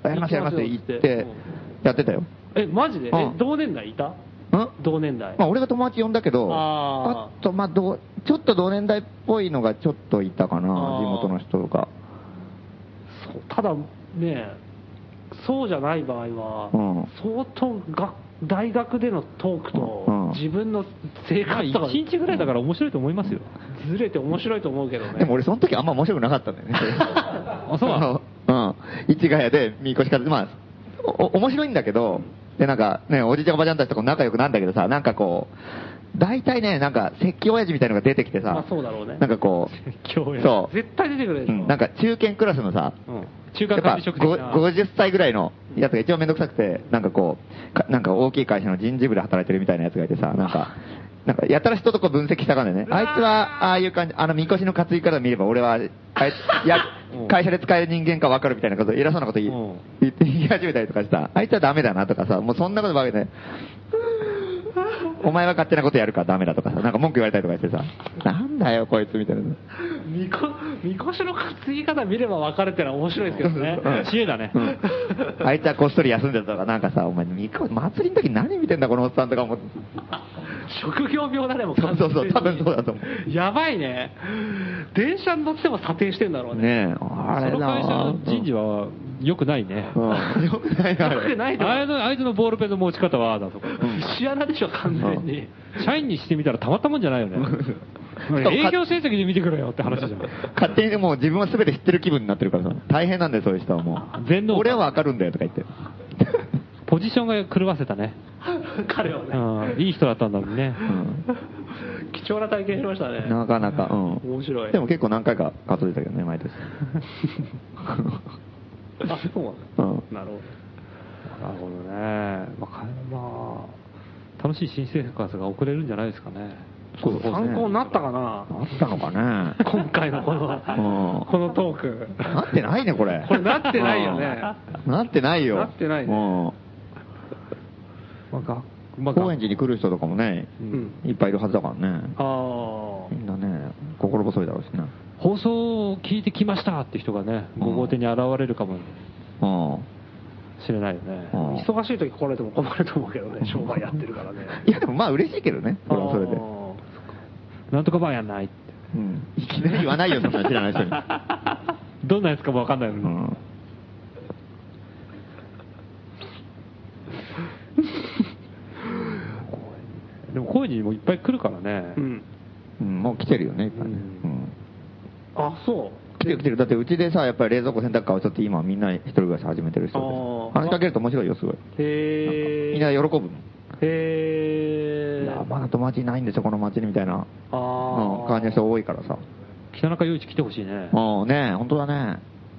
やりますって言って、やってたよ。 マジで？同年代いた？同年代。 俺が友達呼んだけど、あとちょっと同年代っぽいのがちょっといたかな、地元の人とか。 ただね、そうじゃない場合は、相当大学でのトークと自分の生活とか 1日ぐらいだから面白いと思いますよ。 ずれて面白いと思うけどね。 でも俺その時あんま面白くなかったんだよね。 そうなの？市ヶ谷でみこし担面白いんだけど、でなんかね、おじいちゃんおばちゃんたちとか仲良くなんだけどさ、なんかこう大体ね、なんか説教親父みたいなのが出てきてさ、 そうだろうね。 なんかこう説教親父、そう絶対出てくるでしょ。 なんか中堅クラスのさ、 中間管理職的な 50歳ぐらいのやつが一番めんどくさくて、なんかこうなんか大きい会社の人事部で働いてるみたいなやつがいてさ、なんかやたら人とこう分析したがんでね、あいつはああいう感じ、みこしの担ぎ方見れば俺は会社で使える人間か分かるみたいなこと、偉そうなこと言い始めたりとかした、あいつはダメだなとかさ、もうそんなことばかりで、お前は勝手なことやるからダメだとかさ、なんか文句言われたりとかしてさ、なんだよこいつみたいな。 みこしの担ぎ方見れば分かるってのは面白いですけどね。 知恵だね。 あいつはこっそり休んでたとか、なんかさ、お前祭りの時何見てんだこのおっさんとか思って。 職業病だね、もうそう多分そうだと思う。 やばいね。電車に乗っても査定してんだろうね。 ねえ、あれだ。 その会社の人事は良くないね。 良くないな。 良くないと。 あいつのボールペンの持ち方はだとか。 節穴でしょ、完全に。 社員にしてみたらたまったもんじゃないよね。営業成績で見てくれよって話じゃん。 勝手にもう自分は全て知ってる気分になってるからさ、大変なんだよ、そういう人はもう。俺はわかるんだよとか言って。 ポジションが狂わせたね。 彼はね。 いい人だったんだろうね。 貴重な体験しましたね。 なかなか。 面白い。 でも結構何回か数えたけどね、毎年。 そうなんだ。なるほど。なるほどね。まあ、楽しい新生活が送れるんじゃないですかね。 参考になったかな。 なったのかね。 今回のこのトーク。 なってないね、これ。 これなってないよね。 なってないよ。 なってないね。 高円寺に来る人とかもね、いっぱいいるはずだからね。みんなね、心細いだろうしね。 放送を聞いてきましたって人がね、5号店に現れるかもしれないよね。 忙しい時来られても困ると思うけどね、商売やってるからね。 いやでもまあ嬉しいけどね、それはそれで。 なんとかバーやんないって。 いきなり言わないよ、そんな知らない人に。 どんなやつかもわかんないのに。でも高円寺にもいっぱい来るからね。 もう来てるよね、いっぱいね。 あ、そう。 来てる。だってうちでさ、やっぱり冷蔵庫洗濯機をちょっと今みんな一人暮らし始めてる人で。話しかけると面白いよ、すごい。みんな喜ぶの。いや、まだ友達いないんですよ、この町にみたいな感じの人多いからさ。 北中陽一来てほしいね。 ね、本当だね。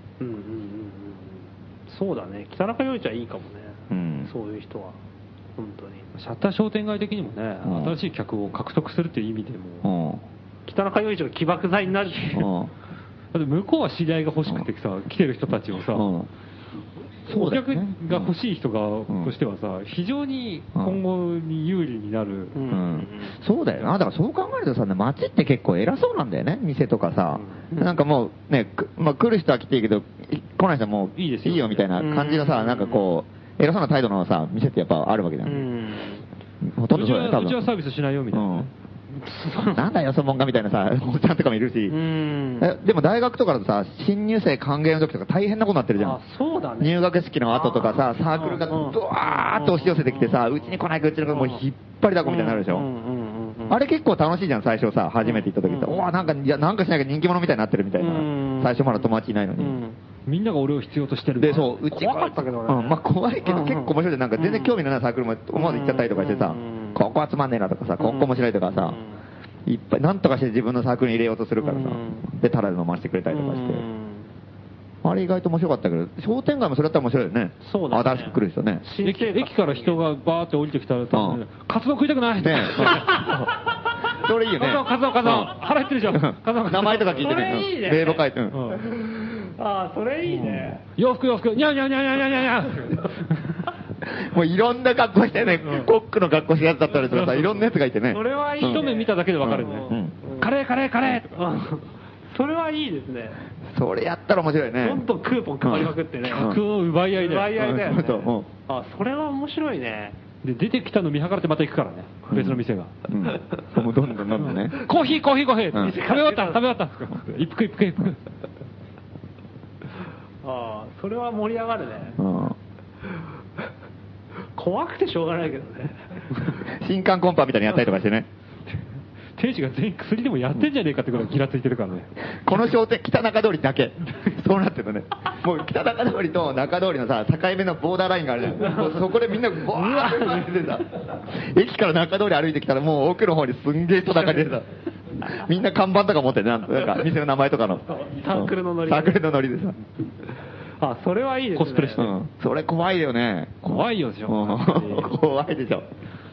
そうだね。北中陽一はいいかもね。そういう人は。本当に。 シャッター商店街的にもね、新しい客を獲得するっていう意味でも。 北中陽一が起爆剤になる。 だって向こうは知り合いが欲しくてさ、来てる人たちをさ、お客が欲しい人がとしてはさ、非常に今後に有利になる。 そうだよな。だからそう考えるとさ、街って結構偉そうなんだよね、店とかさ。なんかもうね、来る人は来ていいけど、来ない人はもういいよみたいな感じのさ、なんかこう、偉そうな態度のさ、店ってやっぱあるわけじゃん。ほとんどそうだよね、多分。 うちはサービスしないよみたいな。 なんだよ、そもんがみたいなさ、おっちゃんとかもいるし。でも大学とかだとさ、新入生歓迎の時とか大変なことになってるじゃん。 そうだね。 入学式の後とかさ、サークルがドワーッと押し寄せてきてさ、うちに来ないかうちの子もう引っ張りだこみたいになるでしょ。あれ結構楽しいじゃん、最初さ、初めて行った時って。おわ、なんかしなきゃ人気者みたいになってるみたいな。最初まだ友達いないのに。 みんなが俺を必要としてる。 で、そう、うち怖かったけどね。 まあ怖いけど結構面白いじゃん。なんか全然興味のないサークルも思わず行っちゃったりとかしてさ、ここ集まんねえなとかさ、ここ面白いとかさ、いっぱい、なんとかして自分のサークルに入れようとするからさ、で、タダで飲ませてくれたりとかして。あれ意外と面白かったけど、商店街もそれだったら面白いよね。 そうだね。 新しく来る人ね。 駅から人がバーって降りてきたら、カツ丼食いたくないね。 それいいよね。 カツ丼、腹減ってるじゃん。 名前とか聞いてね。名簿書いて。 ああ、それいいね。 洋服、にゃんにゃんにゃんにゃんにゃんにゃん。 もういろんな格好してね、コックの格好したやつだったりとかさ、いろんなやつがいてね。 それはいい。 一目見ただけでわかるね。カレーそれはいいですね。 それやったら面白いね。 どんどんクーポン配りまくってね。 客の奪い合いだよね。あ、それは面白いね。 で、出てきたの見計らってまた行くからね。別の店が。 もうどんどんね。 コーヒー食べ終わった一服。 ああ、それは盛り上がるね。怖くてしょうがないけどね。 新刊コンパみたいにやったりとかしてね。 店主が全員薬でもやってんじゃねえかってことがギラついてるからね。 この商店、北中通りだけ。そうなってるのね。もう北中通りと中通りのさ、境目のボーダーラインがあるじゃん。そこでみんなボワーって出てさ、駅から中通り歩いてきたらもう奥の方にすんげえ人だかりでさ、みんな看板とか持ってね、なんか店の名前とかの。 サークルのノリ。 サークルのノリでさ。 あ、それはいいですね。 コスプレして。 それ怖いよね。 怖いよでしょ。 怖いでしょ。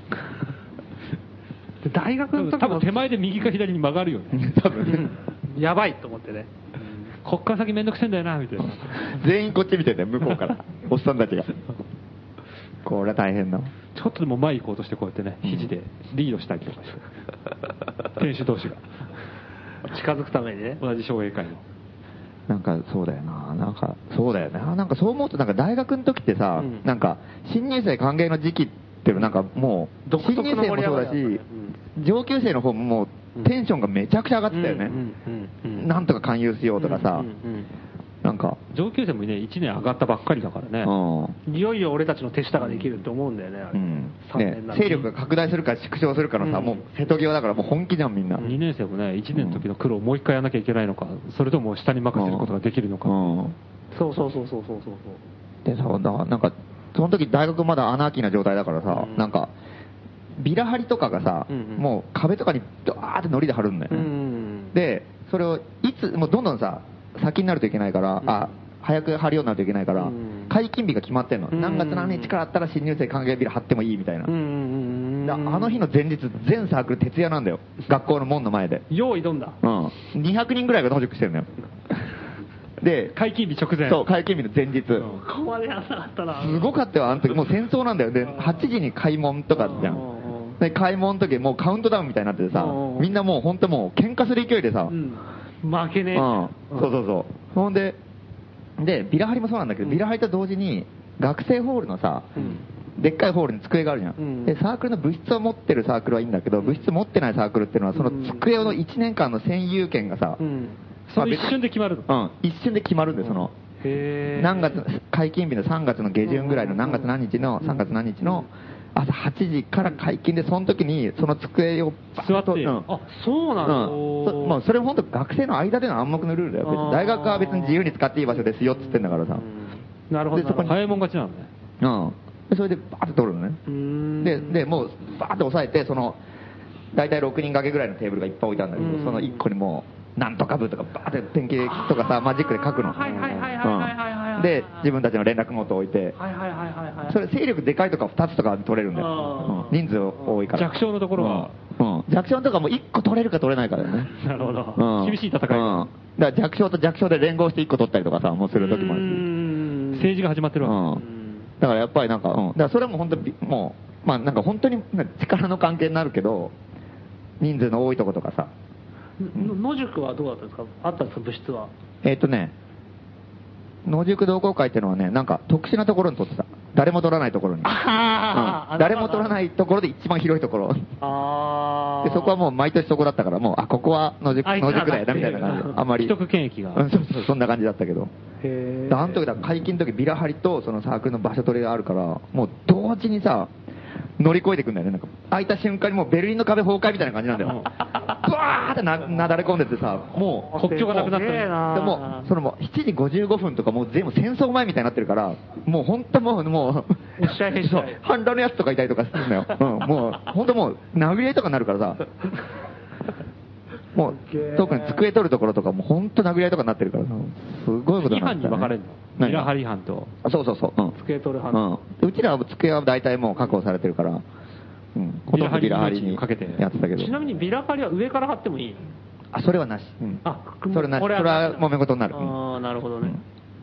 大学の時多分手前で右か左に曲がるよね。 多分。 やばいと思ってね。 こっから先めんどくせえんだよな、みたいな。 全員こっち見てね、向こうから。おっさんたちが。これは大変だ。 ちょっとでも前行こうとしてこうやってね、肘でリードしたりとかして。店主同士が。 近づくためにね。 同じ商栄会の。 なんかそうだよな。なんかそうだよな。なんかそう思うとなんか大学の時ってさ、なんか新入生歓迎の時期っていうのなんかもう、新入生もそうだし、上級生の方ももうテンションがめちゃくちゃ上がってたよね。なんとか勧誘しようとかさ。なんか上級生もね、1年上がったばっかりだからね。 いよいよ俺たちの手下ができるって思うんだよね、あれ。 勢力が拡大するか縮小するかのさ、もう瀬戸際だからもう本気じゃんみんな。 2年生もね、1年の時の苦労をもう一回やらなきゃいけないのか、それとも下に任せることができるのか。 そう。 でさ、なんか、その時大学まだアナーキーな状態だからさ、なんか、ビラ張りとかがさ、もう壁とかにドワーって糊で貼るんだよね。で、それをいつ、もうどんどんさ、先になるといけないから、早く貼るようになるといけないから、解禁日が決まってんの。何月何日からあったら新入生歓迎ビラ貼ってもいいみたいな。あの日の前日、全サークル徹夜なんだよ。学校の門の前で。 用意どんだ。 200人ぐらいが野宿してるのよ。で、 解禁日直前。 そう、解禁日の前日。 ここまでやらなかったな。 すごかったよ、あの時。もう戦争なんだよ。で、8時に開門とかじゃん。で、開門の時もうカウントダウンみたいになっててさ、みんなもう本当もう喧嘩する勢いでさ、 負けねえ。 そうそうそう。ほんで、ビラ張りもそうなんだけど、ビラ張りと同時に、学生ホールのさ、でっかいホールに机があるじゃん。で、サークルの部室を持ってるサークルはいいんだけど、部室持ってないサークルっていうのは、その机の1年間の占有権がさ、 それ一瞬で決まるの？一瞬で決まるんで、その、何月、解禁日の3月の下旬ぐらいの何月何日の、3月何日の、朝8時から解禁で、その時にその机を座って、あ、そうなんだ。 もうそれ本当学生の間での暗黙のルールだよ。別に大学は別に自由に使っていい場所ですよって言ってんだからさ。 なるほど。 で、そこに早いもん勝ちなんだね。 でそれでバーって取るのね。で、もうバーって押さえて、その、大体6人掛けぐらいのテーブルがいっぱい置いてあるんだけど、その1個にもう、なんとか部とかバーってペンキとかさ、マジックで書くの。で、自分たちの連絡ノートを置いて、それ勢力でかいとか2つとか取れるんだよ。人数多いから。 弱小のところは。 弱小のところはもう1個取れるか取れないかだよね。 なるほど。厳しい戦い。だから弱小と弱小で連合して1個取ったりとかさ、もうする時もあるし。 政治が始まってるわけ。 だからやっぱりなんか、だからそれも本当に、もう、まあなんか本当に力の関係になるけど、人数の多いとことかさ。 野宿はどうだったんですか？あったんですか、部室は。 野宿同好会っていうのはね、なんか特殊なところに撮ってた。誰も撮らないところに。誰も撮らないところで一番広いところ。で、そこはもう毎年そこだったから、もう、ここは野宿だよな、みたいな感じで。あんまり。 既得権益が。 そう、そんな感じだったけど。あの時だ、解禁の時ビラ張りとそのサークルの場所取りがあるから、もう同時にさ、乗り越えていくんだよね。なんか開いた瞬間にもうベルリンの壁崩壊みたいな感じなんだよ。ブワーってなだれ込んでてさ、もう国境がなくなった。でもそのもう7時55分とかもう全部戦争前みたいになってるから、もう本当もう反乱のやつとかいたりとかするんだよ。もう本当もう殴り合いとかになるからさ。もう特に机取るところとかも本当殴り合いとかになってるからさ、すごいことになって、 2班に分かれるの？ビラ張り班と。 そうそうそう。 机取る班。 うちらは机は大体もう確保されてるから、ほとんどビラ張りにかけてやってたけど。 ちなみにビラ張りは上から張ってもいい？ それはなし。それなし。それは揉め事になる。 なるほどね。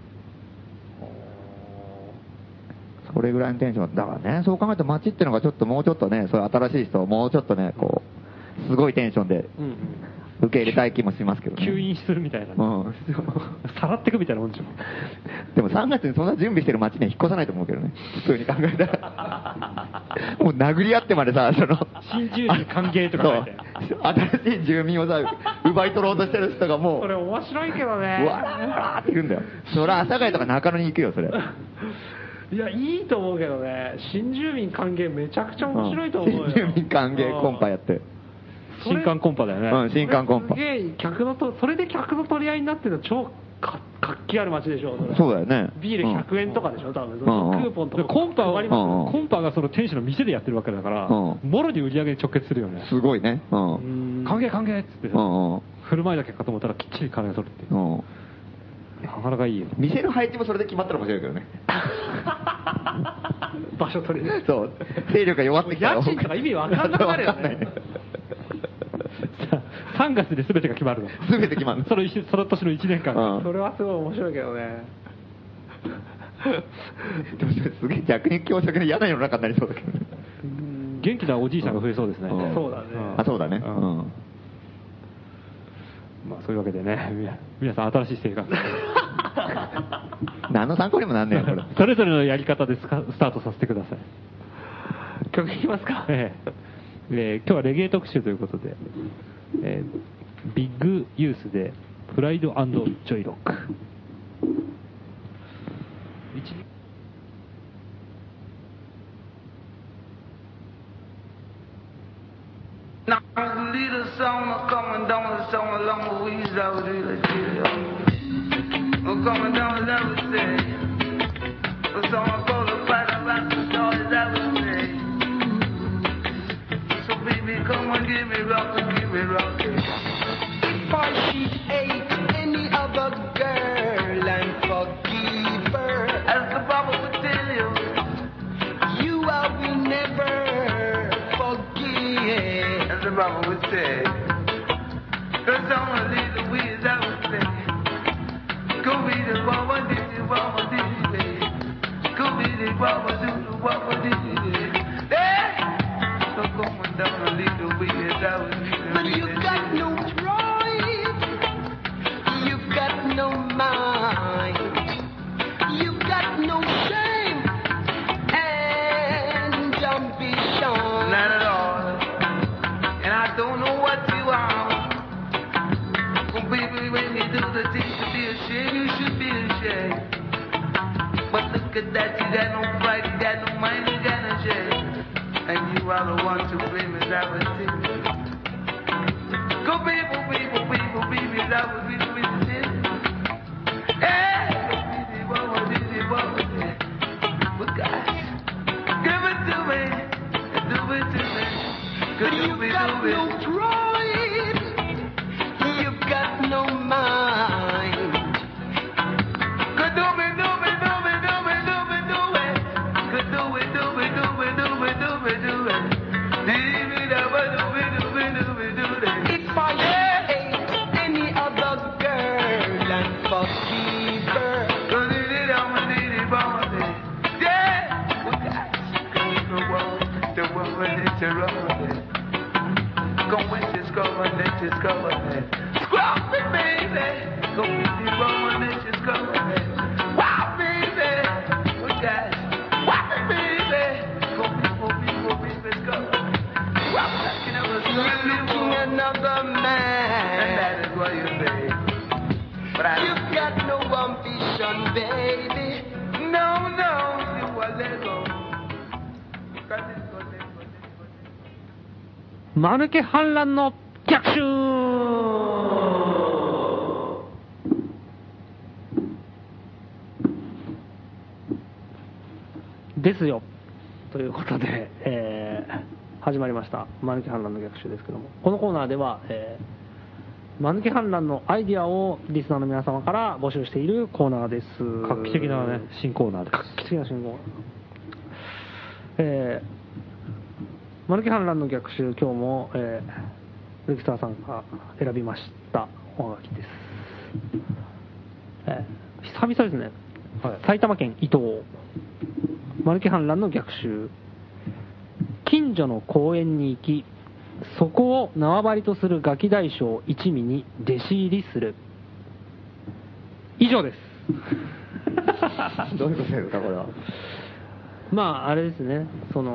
それぐらいのテンションだからね、そう考えると街っていうのがちょっともうちょっとね、そういう新しい人をもうちょっとね、こう、すごいテンションで受け入れたい気もしますけどね。 吸引するみたいな。さらってくみたいなもんじゃん。 でも3月にそんな準備してる街には引っ越さないと思うけどね。普通に考えたら。もう殴り合ってまでさ、 新住民歓迎とか書いて。 新しい住民をさ、奪い取ろうとしてる人がもう。 それ面白いけどね。 うわーって言うんだよ。それは阿佐ヶ谷とか中野に行くよ、それ。 いや、いいと思うけどね。新住民歓迎めちゃくちゃ面白いと思うよ。 新住民歓迎コンパやって。 新歓コンパだよね。 新歓コンパ。 それで客の取り合いになってるの超活気ある街でしょ。 そうだよね。 ビール100円とかでしょ、多分。クーポンとか。 コンパがその店主の店でやってるわけだから、もろに売り上げに直結するよね。 すごいね。 歓迎歓迎っつって振る舞いだけかと思ったらきっちり金が取るっていう。なかなかいいよ。 店の配置もそれで決まったら面白いけどね。 場所取りね。 そう。勢力が弱ってきたら。 家賃とか意味わかんなくなるよね。 3月で全てが決まるの。 全て決まるの。 その年の1年間。 それはすごい面白いけどね。 でもすげえ逆に教職で嫌な世の中になりそうだけどね。 元気なおじいさんが増えそうですね。 そうだね。 そうだね。 まあそういうわけでね、皆さん新しい生活何の参考にもなんねえよ、これ。 それぞれのやり方でスタートさせてください。 曲いきますか。 今日はレゲエ特集ということで、ビッグユースでプライド&ジョイロック。 Now the leader song coming down the song along the weeds out the jail. We're coming down the level say. The song called the fight about the stories I would say. So baby come and give me rock and give me rock. For she ate any other girl and forgive her. As the Bible would tell you. You will never forgive. The Bible would say, cause only the weeds I would say, go be the Baba diddy, Baba diddy, go be the Baba diddy, Baba diddy, so going down the little weeds I would say. But you got no choice Cause that you got no fight, you got no mind, you got no shame. And you are the one to blame as I was singing. Go people, people, people, people, as I was singing. Hey, what was it, what was it? But gosh, give it to me, do it to me. Cause you got no pride, you got no mind. Could do me, do me, do me, do me, do me, do it. Could do it, do me, do me, do me, do me, do it. If I hate any other girl and forgive her, Scrap me, baby. Go with the woman that just coming in. Wow, baby. Oh, gosh. Wow, baby. Go people, people, people, go. Wow, I can never see you're looking another man. And that is what you say. But You've got no ambition, baby. No, no, you are let go. 間抜け反乱の逆襲ですよということで、始まりました間抜け反乱の逆襲ですけども、このコーナーでは、間抜け反乱のアイディアをリスナーの皆様から募集しているコーナーです。 画期的なね、新コーナーです。 画期的な新コーナー。間抜け反乱の逆襲、今日も、ルキターさんが選びましたおはがきです。久々ですね、はい、埼玉県伊東、間抜け反乱の逆襲。近所の公園に行き、そこを縄張りとするガキ大将一味に弟子入りする。以上です。 どういうことですかこれは。 まああれですね、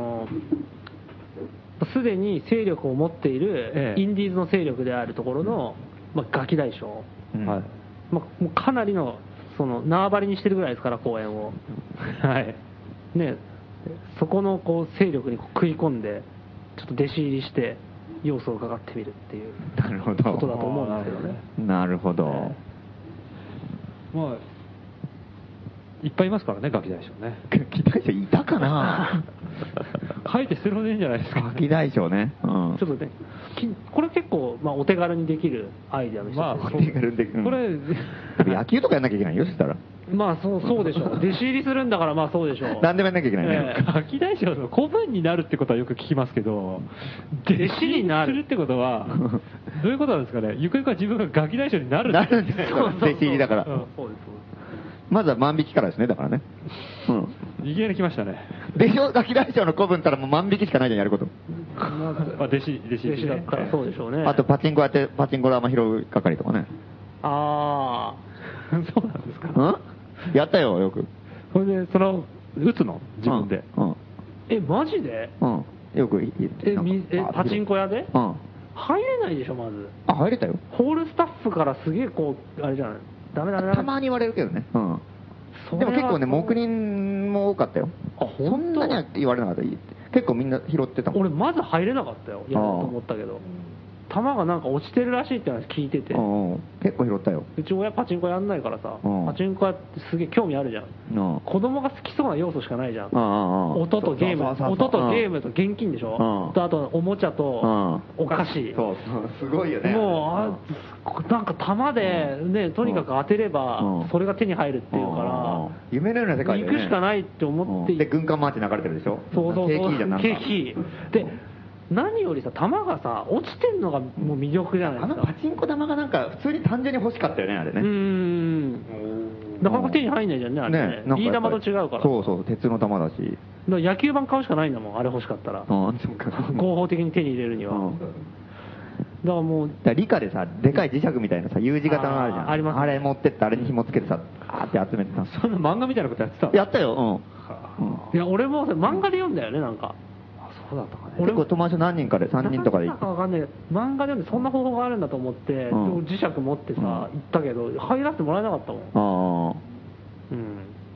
すでに勢力を持っているインディーズの勢力であるところの、ガキ大将、はい、もうかなりの縄張りにしてるぐらいですから公園を、はいね、そこのこう勢力に食い込んでちょっと弟子入りして様子を伺ってみるっていうことだと思うんですけどね。 なるほど。 まあいっぱいいますからね、ガキ大将ね。 ガキ大将いたかな。 書いて捨てるのでいいんじゃないですか。 ガキ大将ね。 ちょっとね、これ結構、お手軽にできるアイデアの一つです。 お手軽にできる。これ野球とかやんなきゃいけないよ、そしたら。 そうでしょう。弟子入りするんだからそうでしょう。 何でもやんなきゃいけないね。 ガキ大将の子分になるってことはよく聞きますけど、弟子になるってことはどういうことなんですかね。ゆくゆくは自分がガキ大将になるんですよ。弟子入りだから。そうです。まずは万引きからですね、だからね。 いきなり来ましたね。 でしょ、ガキ大将の子分たらもう万引きしかないじゃん、やること。 弟子だったらそうでしょうね。 あとパチンコやって、パチンコ玉拾う係とかね。 ああ、 そうなんですか。 やったよ、よく。 それで、打つの自分で。 マジで？ よくパチンコ屋で？入れないでしょ、まず。 入れたよ。 ホールスタッフからすげえあれじゃない。ダメだね。 たまに言われるけどね。でも結構ね、黙認も多かったよ。そんなには言われなかった。結構みんな拾ってたもん。 俺まず入れなかったよ。やろうと思ったけど。弾がなんか落ちてるらしいって話聞いてて。 結構拾ったよ。 うち親パチンコやんないからさ、パチンコやってすげえ興味あるじゃん。子供が好きそうな要素しかないじゃん。音とゲームと現金でしょ。あとおもちゃとお菓子。 そうすごいよね。 もうなんか弾でね、とにかく当てればそれが手に入るっていうから夢のような世界で行くしかないって思って。 で軍艦マーチ流れてるでしょ。 そう景気いいじゃん。 景気いいで。何よりさ、弾がさ落ちてるのがもう魅力じゃないですか。 パチンコ玉がなんか普通に単純に欲しかったよね、あれね。 なかなか手に入んないじゃんね、あれね。ビー玉と違うから。 そう鉄の玉だし。 野球盤買うしかないんだもん、あれ欲しかったら。合法的に手に入れるには。だからもう理科でさ、でかい磁石みたいなさ U 字型のあるじゃん。 あります。 あれ持ってってあれに紐つけてさ、あって集めてた。 そんな漫画みたいなことやってた？ やったよ。 いや俺も漫画で読んだよね、なんか。 そうだったかね。結構友達何人かで3人とかで行って。 わかんない。漫画でそんな方法があるんだと思って磁石持ってさ行ったけど入らせてもらえなかったもん。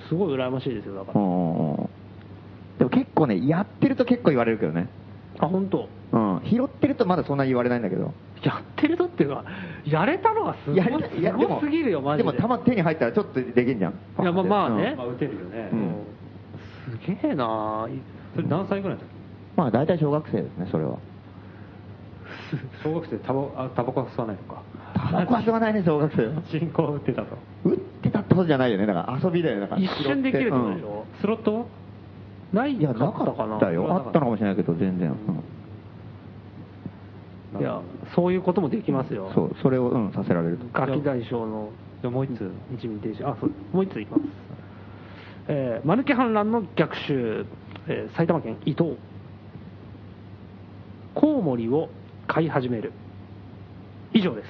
すごい羨ましいですよ、だから。 でも結構ね、やってると結構言われるけどね。 あ、本当。 拾ってるとまだそんなに言われないんだけど。 やってるとっていうか、やれたのがすごすぎるよ、マジで。 でも球手に入ったらちょっとできんじゃん。 いや、まあね。 打てるよね。 すげえな。 それ何歳ぐらいの時？ まあ大体小学生ですね、それは。 小学生タバコは吸わないのか。 タバコは吸わないね、小学生は。 進行打ってたと。 打ってたってことじゃないよね、だから遊びだよね。 一瞬できるってことでしょ。 スロットないいや、なかったよ。あったのかもしれないけど、全然。 いや、そういうこともできますよ。 そう、それを、させられると。 ガキ大将の。 じゃあもう一つ。 一味停止。あ、そう、もう一ついきます。マヌケ反乱の逆襲、埼玉県伊東。コウモリを飼い始める。以上です。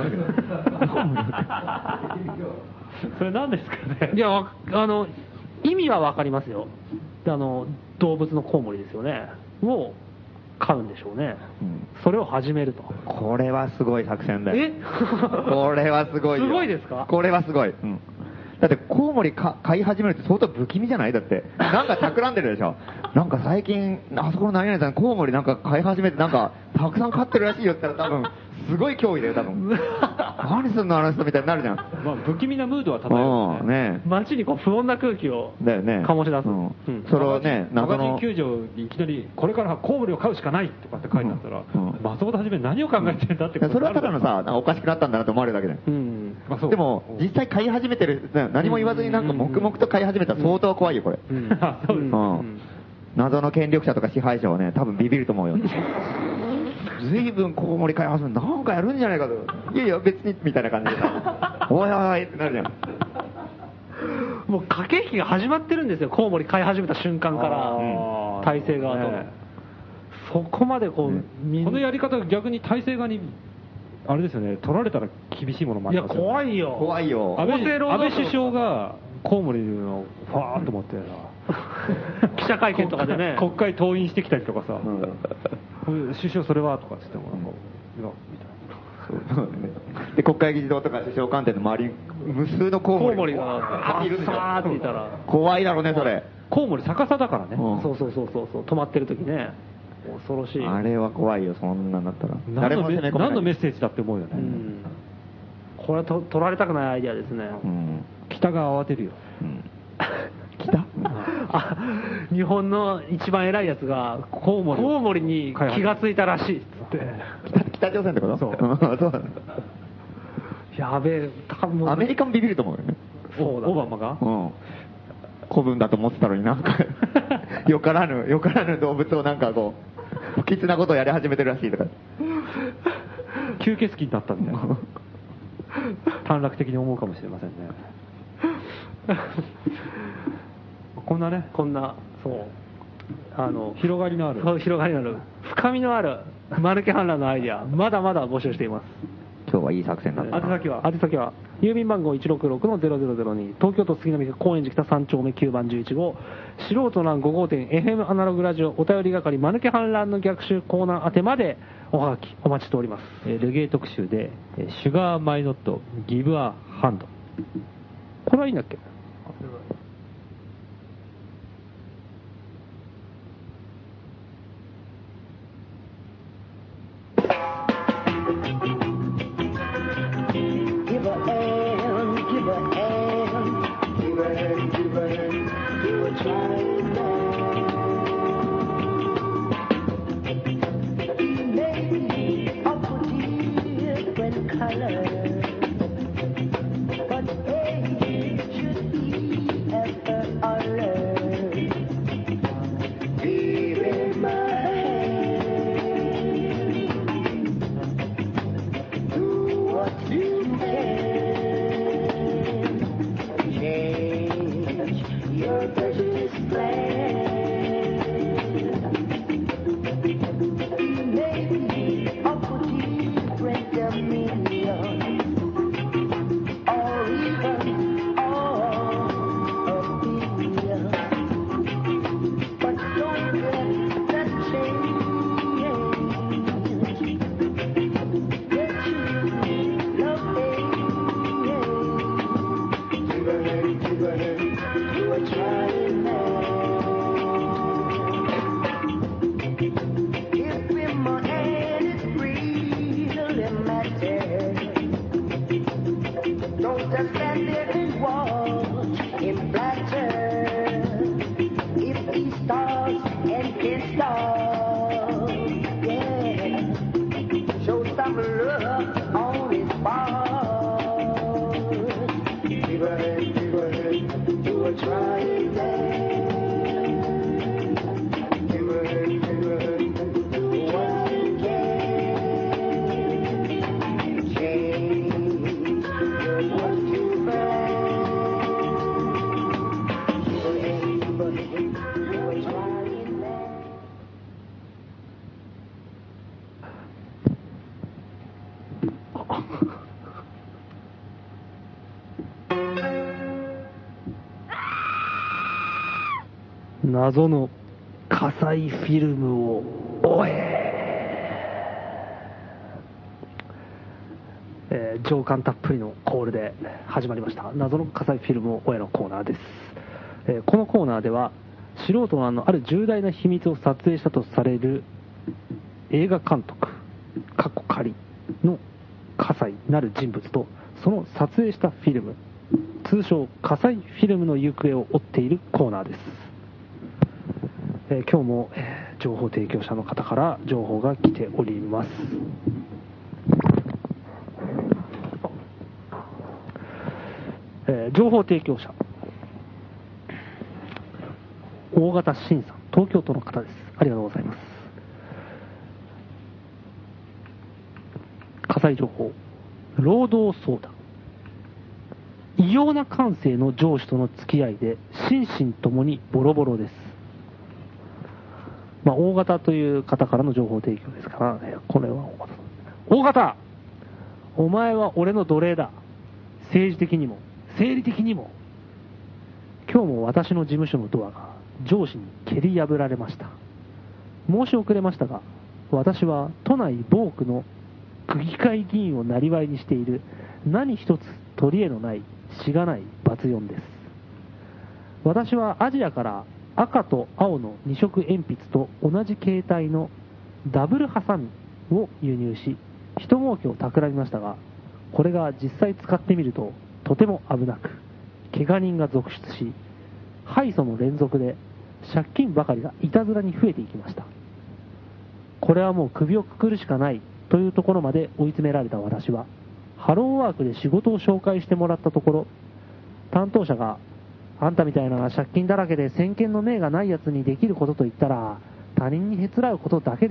それ何ですかね。 いや、意味はわかりますよ。動物のコウモリですよね。を飼うんでしょうね。それを始めると。 これはすごい作戦だよ。 えこれはすごいよ。 すごいですか？ これはすごい。だってコウモリ飼い始めるって相当不気味じゃない？だってなんか企んでるでしょ。なんか最近あそこの何々さんコウモリなんか飼い始めてなんかたくさん飼ってるらしいよって言ったら多分すごい脅威だよ多分。何すんのあの人みたいになるじゃん。 まあ不気味なムードは漂うね。 街にこう不穏な空気をだよね。 醸し出す。 それをね、 謎の球場にいきなりこれからコウモリを飼うしかないとかって書いてあったら、松本はじめ何を考えてるんだってこと。 それはただのさ、おかしくなったんだなと思われるだけだよ。でも実際飼い始めてる、何も言わずになんか黙々と飼い始めたら相当怖いよこれ。謎の権力者とか支配者はね、多分ビビると思うよ。ずいぶんコウモリ飼い始めてなんかやるんじゃないかと。いやいや別にみたいな感じでさ、おいおいってなるじゃん。 もう駆け引きが始まってるんですよ、コウモリ飼い始めた瞬間から体制側と。そこまでこう、 このやり方が逆に体制側にあれですよね、取られたら厳しいものもありますよね。 いや怖いよ。 怖いよ。 安倍首相がコウモリのファーっと持ってさ、 記者会見とかでね、 国会登院してきたりとかさ、首相それはとかって言ってもなんか、いやみたいな。で国会議事堂とか首相官邸の周りに無数のコウモリがいるんですよ。さーっていたら怖いだろうねそれ。 コウモリ逆さだからね。 そう止まってる時ね。恐ろしい。 あれは怖いよ、そんなんだったら。 何のメッセージだって思うよね。 これは取られたくないアイデアですね。 北が慌てるよ。 北？ 日本の一番偉いやつがコウモリに気がついたらしいっつって。 北朝鮮ってこと？そう。 やべえ、 アメリカもビビると思うよね。 オバマが？ 古文だと思ってたのになんかよからぬ動物をなんかこう不吉なことをやり始めてるらしいとか。 吸血鬼になったみたいな。短絡的に思うかもしれませんね。こんなそう広がりのある深みのあるマヌケ反乱のアイデアまだまだ募集しています。 今日はいい作戦だった。 宛先は郵便番号 166-0002 東京都杉並区高円寺北3丁目9番11号素人欄5号店 FM アナログラジオお便り係マヌケ反乱の逆襲コーナー宛てまでおはがきお待ちしております。 レゲエ特集でシュガーマイノットギブアハンド、 これはいいんだっけ。 But age should 謎の火災フィルムを追え。情感たっぷりのコールで始まりました謎の火災フィルムを追えのコーナーです。このコーナーでは素人のある重大な秘密を撮影したとされる映画監督仮の葛西なる人物とその撮影したフィルム、通称葛西フィルムの行方を追っているコーナーです。今日も情報提供者の方から情報が来ております。情報提供者大型新さん、東京都の方です。ありがとうございます。火災情報、労働相談。異様な感性の上司との付き合いで心身ともにボロボロです。大型という方からの情報提供ですから、これは大型、お前は俺の奴隷だ。政治的にも生理的にも。今日も私の事務所のドアが上司に蹴り破られました。申し遅れましたが、私は都内某区の区議会議員を生業にしている何一つ取り柄のないしがないバツ4です。私はアジアから赤と青の2色鉛筆と同じ形態のダブルハサミを輸入し、一儲けを企みましたが、これが実際使ってみるととても危なく、怪我人が続出し、敗訴の連続で借金ばかりがいたずらに増えていきました。これはもう首をくくるしかないというところまで追い詰められた私は、ハローワークで仕事を紹介してもらったところ、担当者が、あんたみたいな借金だらけで先見の明がないやつにできることといったら、他人にへつらうことだけ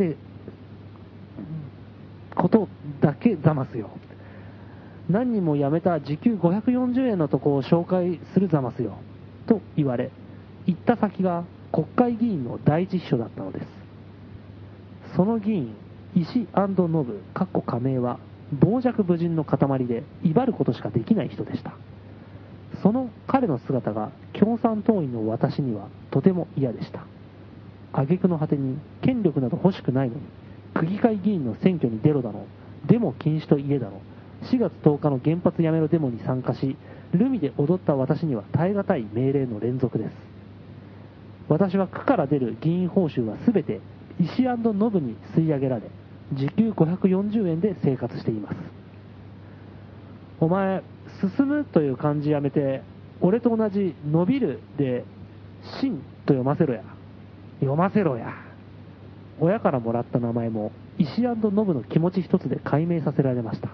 ざますよ。何人も辞めた時給540円のとこを紹介するざますよ。と言われ、行った先が国会議員の第一秘書だったのです。その議員、石ノブ加盟は、傍若無人の塊で威張ることしかできない人でした。その彼の姿が共産党員の私にはとても嫌でした。挙句の果てに権力など欲しくないのに、区議会議員の選挙に出ろだの、デモ禁止と言えだの、4月10日の原発やめろデモに参加し、ルミで踊った私には耐え難い命令の連続です。私は区から出る議員報酬はすべて石ノブに吸い上げられ、時給540円で生活しています。お前、進むという漢字やめて、俺と同じ伸びるで、進と読ませろや。読ませろや。親からもらった名前も、石ノブの気持ち一つで解明させられました。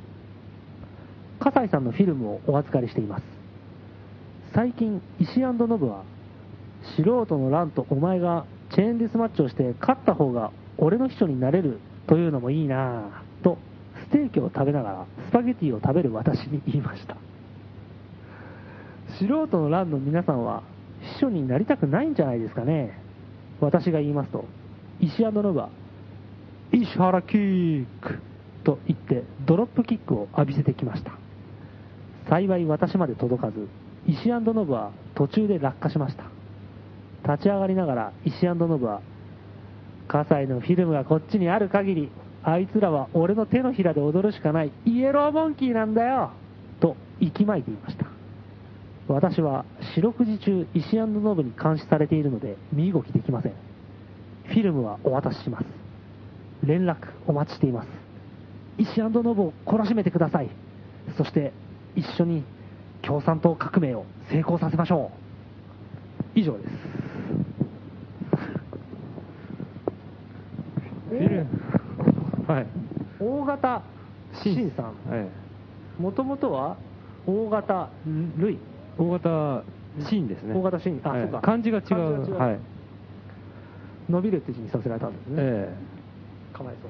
葛西さんのフィルムをお預かりしています。最近、石ノブは、素人の乱とお前がチェーンデスマッチをして勝った方が俺の秘書になれるというのもいいなぁと、ステーキを食べながらスパゲティを食べる私に言いました。素人の乱の皆さんは秘書になりたくないんじゃないですかね。私が言いますと、石ノブは石原キックと言ってドロップキックを浴びせてきました。幸い私まで届かず、石ノブは途中で落下しました。立ち上がりながら石ノブは、葛西のフィルムがこっちにある限り、あいつらは俺の手のひらで踊るしかないイエローモンキーなんだよと息巻いていました。私は四六時中石ノブに監視されているので身動きできません。フィルムはお渡しします。連絡お待ちしています。石ノブを懲らしめてください。そして一緒に共産党革命を成功させましょう。以上です。フィルム、はい、大型さん、もともとは大型類、 大型芯ですね。 大型芯。あ、そうか。 漢字が違う。はい。 伸びるって字にさせられたんですね。かわいそう。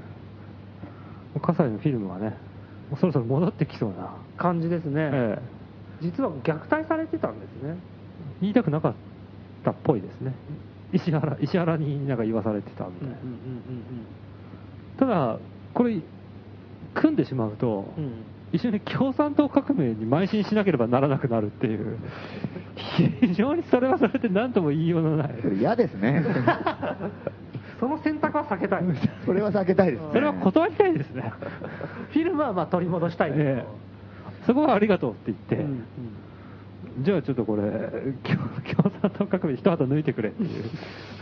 葛西のフィルムはね、もうそろそろ戻ってきそうな感じですね。実は虐待されてたんですね。 言いたくなかったっぽいですね。石原になんか言わされてたみたいな。ただ、これ、組んでしまうと、一緒に共産党革命に邁進しなければならなくなるっていう、非常にそれはそれで何とも言いようのない。 嫌ですね。 その選択は避けたい。 それは避けたいですね。 それは断りたいですね。 フィルムはまあ取り戻したいけど、 そこはありがとうって言って、じゃあちょっとこれ、共産党革命一旗抜いてくれっていう。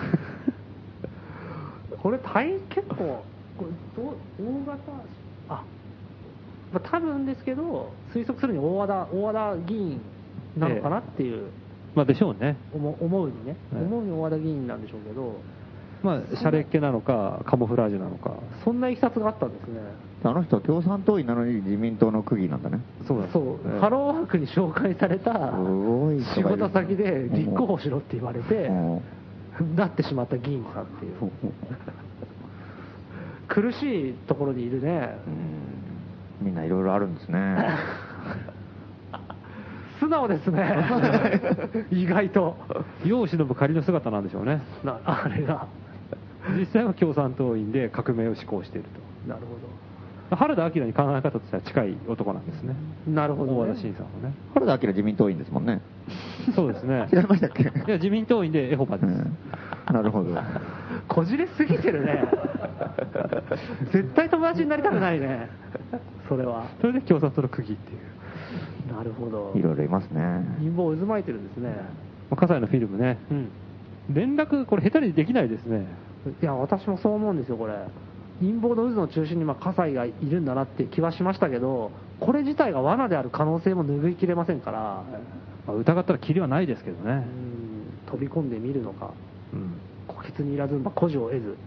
これ結構、大型、多分ですけど、推測するに大和田議員なのかなっていう、 まあでしょうね。 思うにね、思うに大和田議員なんでしょうけど、 まあ、シャレっ気なのか、カモフラージュなのか、 そんないきさつがあったんですね。 あの人は共産党員なのに自民党の区議なんだね。 そう、ハローワークに紹介された仕事先で立候補しろって言われて、なってしまった議員さんっていう。苦しいところにいるね。 みんないろいろあるんですね。 素直ですね。意外と。 世を忍ぶ仮の姿なんでしょうね。 あれが。 実際は共産党員で革命を志向していると。 なるほど。原田明に考え方としては近い男なんですね。 なるほど、 大和田伸さんはね。 原田明自民党員ですもんね。 そうですね。 違いましたっけ？いや、自民党員でエホバです。 なるほど。 こじれすぎてるね。絶対友達になりたくないね。それは。 それで共産党の区議っていう。 なるほど。 いろいろいますね。 陰謀渦巻いてるんですね。 葛西のフィルムね。連絡、これ下手にできないですね。 いや、私もそう思うんですよ、これ。陰謀の渦の中心に葛西がいるんだなって気はしましたけど、これ自体が罠である可能性も拭いきれませんから、 疑ったらキリはないですけどね。 飛び込んでみるのか、虎穴にいらずんば孤児を得ず、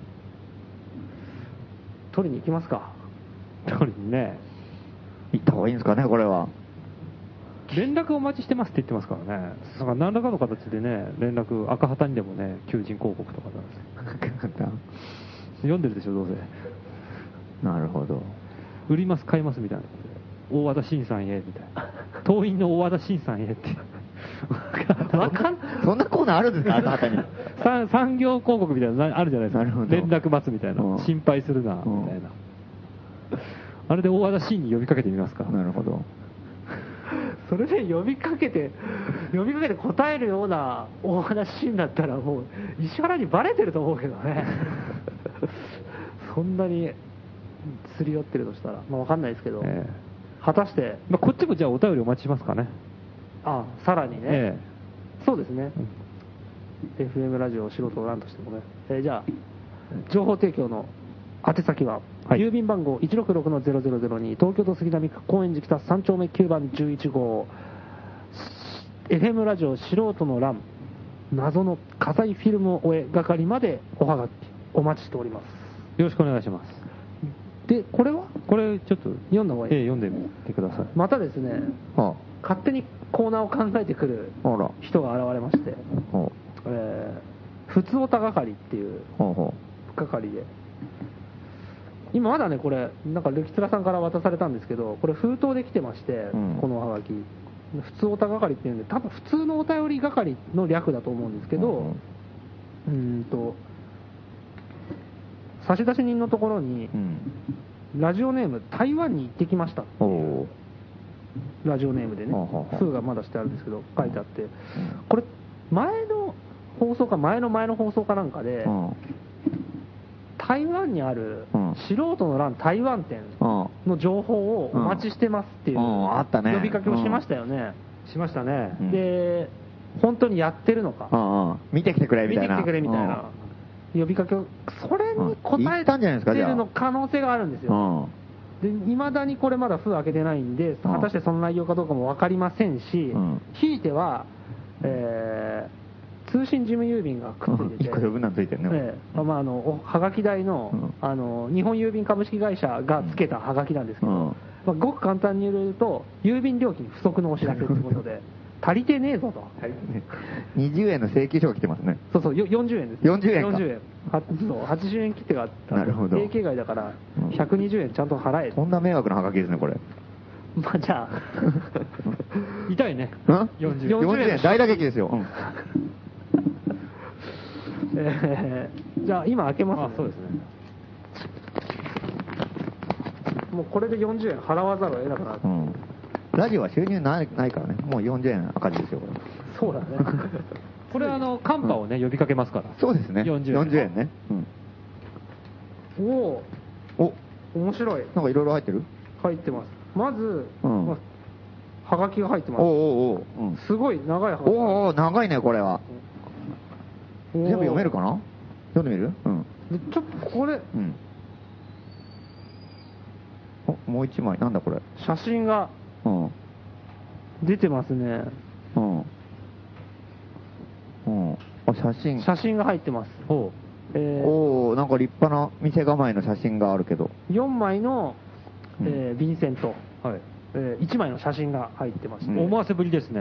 取りに行きますか。 取りにね。 行った方がいいんですかね、これは。 連絡お待ちしてますって言ってますからね。なんか何らかの形でね、連絡、赤旗にでもね、求人広告とかなんですよ。読んでるでしょ、どうせ。 なるほど。 売ります、買いますみたいなことで。大和田伸さんへ、みたいな。党員の大和田伸さんへって。 そんなコーナーあるんですか、赤旗に。 産業広告みたいなのあるじゃないですか。連絡待つみたいな。心配するな、みたいな。あれで大和田伸に呼びかけてみますか。 なるほど。 それで呼びかけて答えるような大話になったら、もう石原にバレてると思うけどね。そんなにすり寄ってるとしたら、まあ、分かんないですけど、果たして、 まあ、こっちもじゃあお便りお待ちしますかね。 さらにね、そうですね、FM ラジオ素人をランとしてもね、じゃあ情報提供の宛先は、郵便番号 166-0002 東京都杉並区高円寺北3丁目9番11号 FM ラジオ素人の欄謎の火災フィルム終え係までおはがきお待ちしております。 よろしくお願いします。 で、これちょっと読んだ方がいい？ 読んでみてください。 またですね、勝手にコーナーを考えてくる人が現れまして、ふつおた係っていう係で、今まだね、これなんかルキツラさんから渡されたんですけど、これ封筒で来てまして、このおはがきふつおた係っていうんで、多分普通のお便り係の略だと思うんですけど、差出人のところに、ラジオネーム台湾に行ってきましたっていうラジオネームでね、封がまだしてあるんですけど書いてあって、これ前の放送か前の放送かなんかで、台湾にある素人の欄台湾店の情報をお待ちしてますっていう呼びかけをしましたよね。 しましたね。 で、本当にやってるのか、 見てきてくれみたいな呼びかけを、それに答えてるの可能性があるんですよ。で、未だにこれまだ封開けてないんで、果たしてその内容かどうかも分かりませんし、ひいては、通信事務郵便がくっついてて、 1個余分なのついてるね。 はがき代の、日本郵便株式会社がつけたはがきなんですけど、ごく簡単に言うと、郵便料金不足のお知らせということで、 足りてねえぞと。 20円の請求書が来てますね。 そうそう、40円です。 40円か。 40円。そう、80円切手があった。 なるほど。 定型外だから、120円ちゃんと払え。 そんな迷惑なハガキですね、これ。 まあじゃあ。 痛いね。 40円、大打撃ですよ。 じゃあ今開けますね。 そうですね。 もうこれで40円払わざるを得なくなる。 ラジオは収入ないからね。もう40円赤字ですよ、これ。 そうだね。 これカンパをね、呼びかけますから。 そうですね。40円ね。 お、面白い。 なんかいろいろ入ってる？ 入ってます。まず、はがきが入ってます。すごい長いはがき。 長いね、これは。全部読めるかな？読んでみる？ ちょっとこれ、 もう一枚、なんだこれ。 写真が出てますね。写真が入ってます。 なんか立派な店構えの写真があるけど。 4枚の便箋と、1枚の写真が入ってます。 思わせぶりですね。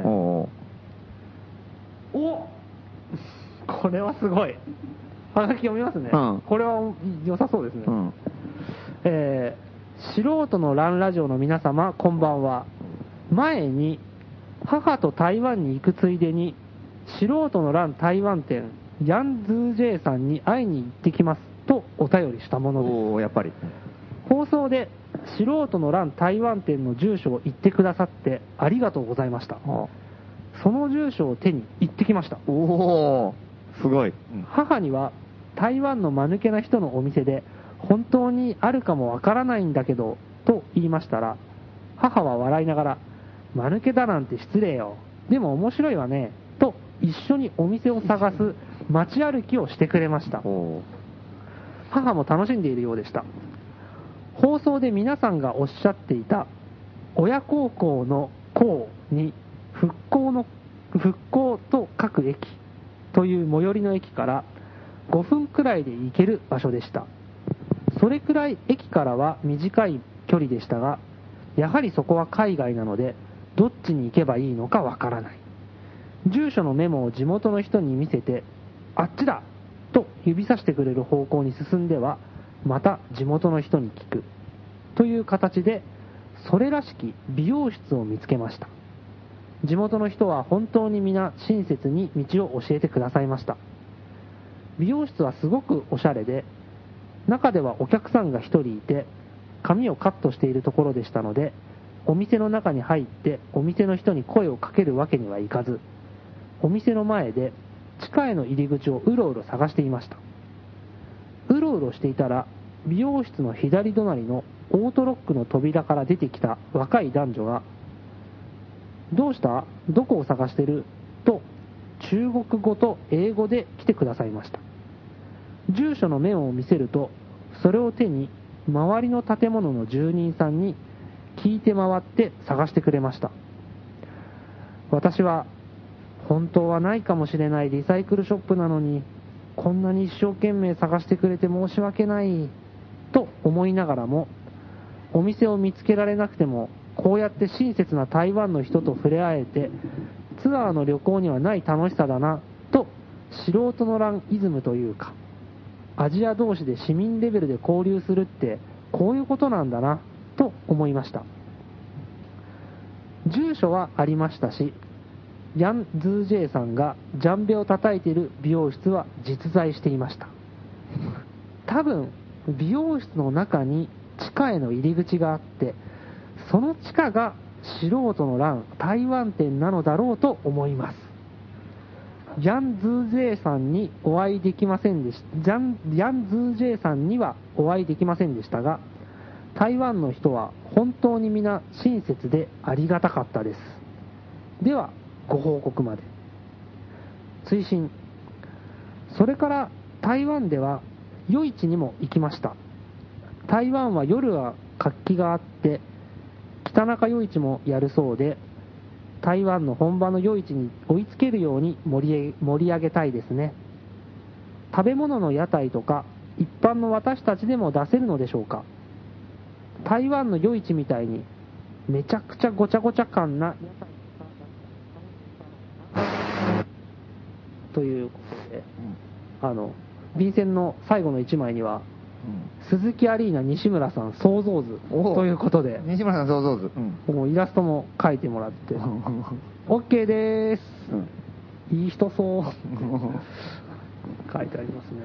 これはすごい。はがき読みますね。これは良さそうですね。素人のランラジオの皆様、こんばんは。前に母と台湾に行くついでに素人のラン台湾店ヤンズージェイさんに会いに行ってきますとお便りしたものです。 やっぱり放送で素人のラン台湾店の住所を言ってくださってありがとうございました。その住所を手に行ってきました。 すごい。 母には台湾の間抜けな人のお店で本当にあるかもわからないんだけどと言いましたら、母は笑いながら間抜けだなんて失礼よ、でも面白いわねと一緒にお店を探す街歩きをしてくれました。母も楽しんでいるようでした。放送で皆さんがおっしゃっていた親孝行の孝に復興と書く駅という最寄りの駅から5分くらいで行ける場所でした。それくらい駅からは短い距離でしたが、やはりそこは海外なのでどっちに行けばいいのかわからない。住所のメモを地元の人に見せて、あっちだと指さしてくれる方向に進んでは、また地元の人に聞くという形で、それらしき美容室を見つけました。地元の人は本当に皆親切に道を教えてくださいました。美容室はすごくおしゃれで、中ではお客さんが一人いて髪をカットしているところでしたので、お店の中に入ってお店の人に声をかけるわけにはいかず、お店の前で地下への入り口をうろうろ探していました。うろうろしていたら、美容室の左隣のオートロックの扉から出てきた若い男女が、どうした?どこを探してる?と中国語と英語で来てくださいました。住所のメモを見せると、それを手に周りの建物の住人さんに聞いて回って探してくれました。私は本当はないかもしれないリサイクルショップなのに、こんなに一生懸命探してくれて申し訳ないと思いながらも、お店を見つけられなくてもこうやって親切な台湾の人と触れ合えて、ツアーの旅行にはない楽しさだなと、素人のランイズムというか、アジア同士で市民レベルで交流するってこういうことなんだなと思いました。住所はありましたし、ヤン・ズージェイさんがジャンベを叩いている美容室は実在していました。多分美容室の中に地下への入り口があって、その地下が素人のラン台湾店なのだろうと思います。ヤン・ズージェイさんにお会いできませんでしたヤン・ズージェイさんにはお会いできませんでしたが、台湾の人は本当に皆親切でありがたかったです。ではご報告まで。追伸。それから台湾では夜市にも行きました。台湾は夜は活気があって、北中夜市もやるそうで、台湾の本場の夜市に追いつけるように盛り上げたいですね。食べ物の屋台とか一般の私たちでも出せるのでしょうか。台湾の夜市みたいにめちゃくちゃごちゃごちゃ感な屋台ということで、便箋の最後の1枚には、鈴木アリーナ西村さん想像図ということで、 西村さん想像図、 もうイラストも描いてもらって、OK でーす、いい人そう書いてあります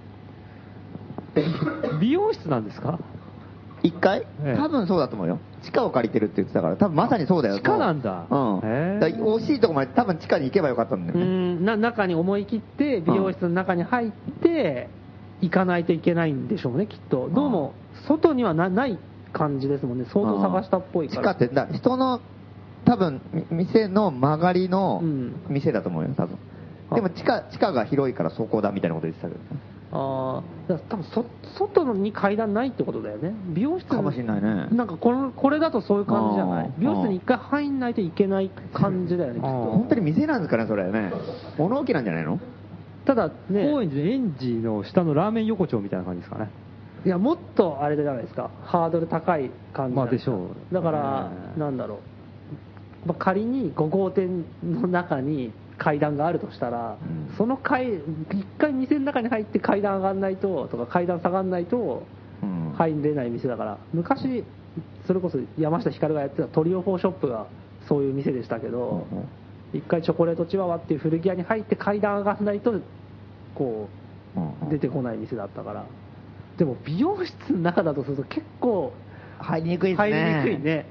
ね。美容室なんですか ？1階？多分そうだと思うよ。地下を借りてるって言ってたから、多分まさにそうだよ。 地下なんだ。 惜しいとこまで多分地下に行けばよかったんだよね。 中に思い切って美容室の中に入って行かないといけないんでしょうね、きっと。どうも外にはない感じですもんね。相当探したっぽいから。 地下って人の多分店の曲がりの店だと思うよ、多分。でも地下が広いからそこだみたいなこと言ってたけどね。 多分外に階段ないってことだよね。美容室かもしれないね。 なんかこれだとそういう感じじゃない？美容室に一回入んないといけない感じだよね、きっと。 本当に店なんですかね、それね。物置なんじゃないの？ ただね、 高円寺の園児の下のラーメン横丁みたいな感じですかね。 いや、もっとあれじゃないですか、ハードル高い感じ。 まあでしょう。 だから、なんだろう、仮に5号店の中に階段があるとしたら、その1回店の中に入って階段上がんないととか階段下がんないと入れない店だから、昔それこそ山下ひかるがやってたトリオ4ショップがそういう店でしたけど、1回チョコレートチワワっていう古着屋に入って階段上がんないとこう出てこない店だったから。でも美容室の中だとすると結構入りにくいですね。 入りにくいね。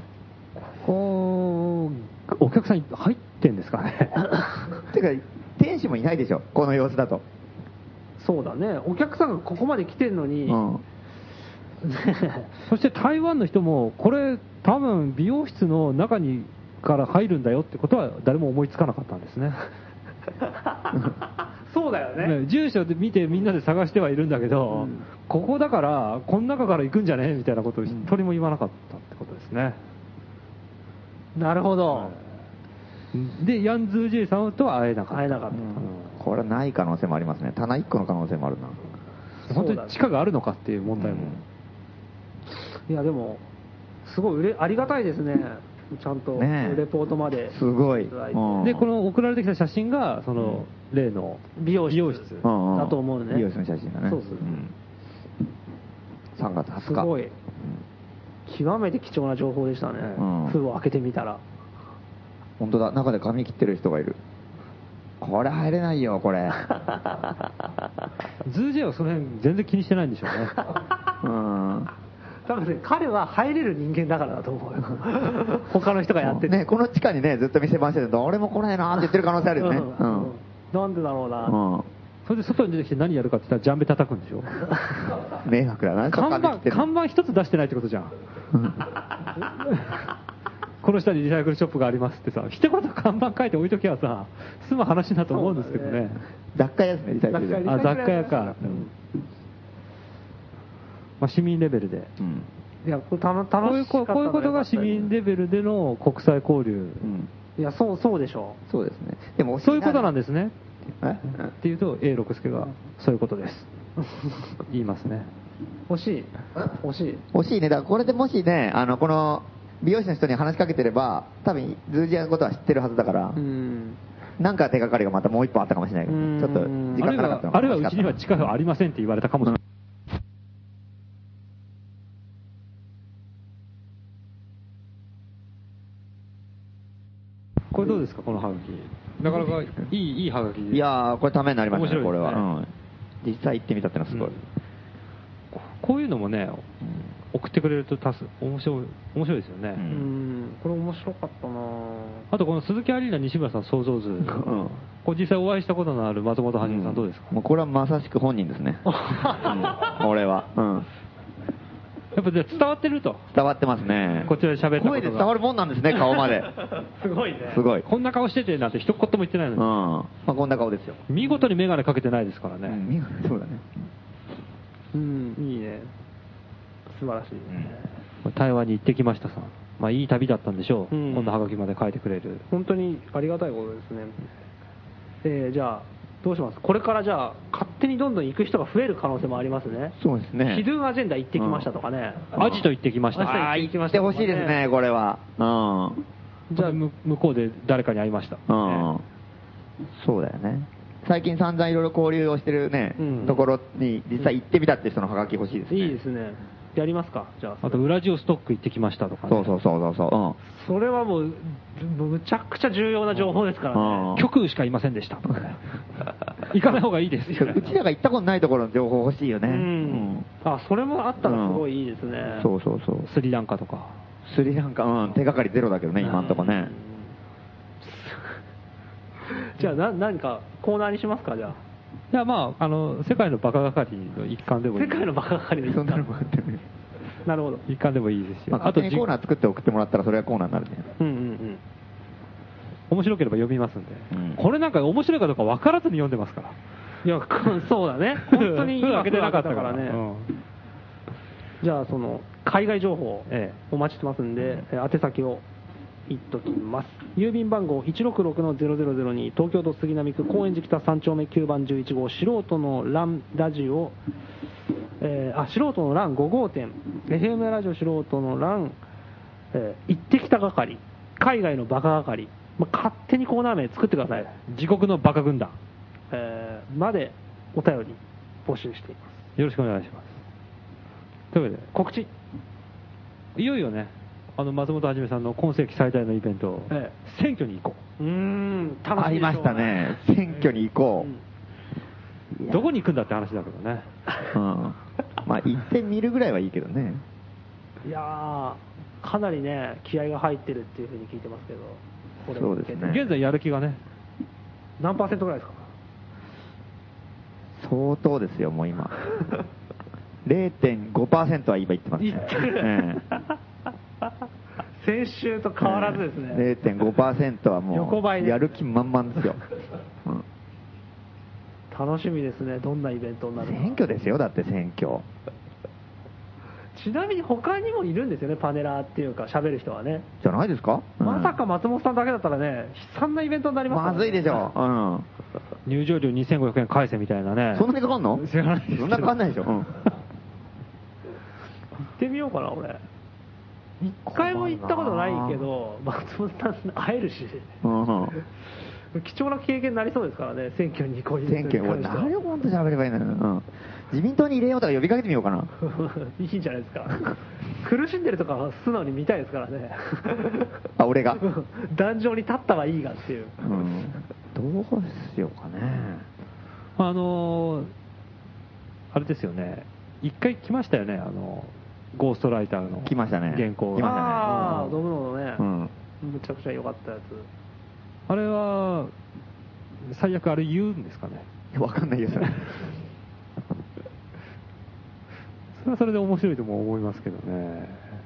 お客さん入ってんですかね。 てか店主もいないでしょ、この様子だと。 そうだね、お客さんがここまで来てんのに、 そして台湾の人もこれ多分美容室の中にから入るんだよってことは誰も思いつかなかったんですね。 そうだよね。 住所で見てみんなで探してはいるんだけど、ここだからこの中から行くんじゃねえみたいなことを一人も言わなかったってことですね。 なるほど。 でヤンズージェイさんとは会えなかった。 これはない可能性もありますね。棚1個の可能性もあるな。 本当に地下があるのかっていう問題も。 いやでもすごいありがたいですね。ちゃんとレポートまで。 すごい。 でこの送られてきた写真がその例の美容室だと思うね。 美容室の写真だね。 そうそう。 3月20日。 すごい。極めて貴重な情報でしたね。封を開けてみたら。 本当だ、中で髪切ってる人がいる。これ入れないよ、これ。 ズージェはその辺全然気にしてないんでしょうね。 多分ね、彼は入れる人間だからだと思うよ。他の人がやってて。 ね、この地下にね、ずっと店番してると、俺も来ないなって言ってる可能性あるよね。 なんでだろうな。 それで外に出てきて何やるかって言ったらジャンベ叩くんでしょ。 迷惑だな。 看板一つ出してないってことじゃん。この下にリサイクルショップがありますってさ、一言看板書いて置いときゃさ、済む話だと思うんですけどね。 雑貨屋ですね、リサイクルショップ。 雑貨屋か。まあ、市民レベルで。 いや、こういうことが市民レベルでの国際交流。 いや、そうでしょう。そうですね。でもそういうことなんですね。っていうと A 六輔がそういうことです。言いますね。 惜しいね。だからこれでもしね、この美容師の人に話しかけてれば、多分ズージアのことは知ってるはずだから。なんか手がかりがまたもう一本あったかもしれないけど、ちょっと時間がなかったのかあるいはうちには地下がありませんって言われたかもしれない。これどうですか、このハガキ。なかなかいいハガキで。 いやー、これためになりましたね、これは。実際行ってみたってのはすごい。 こういうのもね、送ってくれると面白いですよね。 これ面白かったな。 あとこの鈴木アリーナ西村さん想像図、これ実際お会いしたことのある松本はじめさんどうですか？ もうこれはまさしく本人ですね。俺は。 やっぱ伝わってると。 伝わってますね。 こちらで喋ったことが。 声で伝わるもんなんですね、顔まで。 すごいね。 すごい。 こんな顔しててなんて一言も言ってないのに。 まあこんな顔ですよ。 見事に眼鏡かけてないですからね。 そうだね。 いいね。素晴らしい。 台湾に行ってきましたさ。まあいい旅だったんでしょう。こんなハガキまで書いてくれる。 本当にありがたいことですね。じゃあどうします？これからじゃあ勝手にどんどん行く人が増える可能性もありますね。 そうですね。 ヒドゥンアジェンダ行ってきましたとかね。 アジト行ってきました。 行ってほしいですね、これは。 じゃあ向こうで誰かに会いました。 そうだよね。 最近散々いろいろ交流をしてるね、ところに実際行ってみたって人のハガキ欲しいですね。 いいですね。やりますか、じゃあ。 あと、ウラジオストック行ってきましたとか、ね。 そう。 それはもう、むちゃくちゃ重要な情報ですからね。 極右しかいませんでしたとかね。行かない方がいいです。 うちらが行ったことないところの情報欲しいよね。 あ、それもあったらすごいいいですね。 そう。 スリランカとか。 スリランカ、手がかりゼロだけどね、今んとこね。 じゃあ、何かコーナーにしますか、じゃあ。 いや、まあ、世界のバカ係の一環でもいい。 世界のバカ係の一環。なるほど。 一環でもいいですよ。 あとコーナー作って送ってもらったらそれはコーナーになるね。 面白ければ読みますんで。これなんか面白いかどうか分からずに読んでますから。 いや、そうだね。本当に開けてなかったからね。 じゃあ、海外情報お待ちしてますんで、宛先を言っときます。郵便番号 166-0002 東京都杉並区高円寺北3丁目9番11号素人の欄ラジオ、素人の欄5号店 FM ラジオ素人の欄、行ってきた係海外のバカ係、勝手にコーナー名作ってください。 地獄のバカ軍団、 までお便り募集しています。 よろしくお願いします。というわけで告知、 いよいよね、松本はじめさんの今世紀最大のイベント、選挙に行こう。 楽しみでしょうね。 ありましたね。選挙に行こう。どこに行くんだって話だけどね。 まあ行ってみるぐらいはいいけどね。 いやー、かなりね、気合が入ってるっていうふうに聞いてますけど、これそうですね。 現在やる気がね、 何%ぐらいですか？ 相当ですよ、もう今。0.5% は今言ってますね。 先週と変わらずですね。 0.5% はもうやる気満々ですよ。 楽しみですね。どんなイベントになるか。 選挙ですよ、だって選挙。 ちなみに他にもいるんですよね、パネラーっていうか喋る人はね。 じゃないですか？ まさか松本さんだけだったらね、悲惨なイベントになりますからね。 まずいでしょ。 入場料2500円返せみたいなね。 そんなにかかんの？ 知らないです。 そんなかかんないでしょ。 行ってみようかな、俺。一回も行ったことないけど、松本さん会えるし、貴重な経験になりそうですからね、選挙にこういう選挙、俺何を本当に喋ればいいのよ。自民党に入れようとか呼びかけてみようかな。 いいんじゃないですか。苦しんでるとかは素直に見たいですからね。 あ、俺が壇上に立ったはいいがっていう。 どうしようかね。 あれですよね、一回来ましたよね、ゴーストライターの来ましたね。 原稿。 来ましたね。 ああ、ドムノのね、むちゃくちゃ良かったやつ。 あれは最悪あれ言うんですかね。 わかんないよそれ。 それはそれで面白いとも思いますけどね。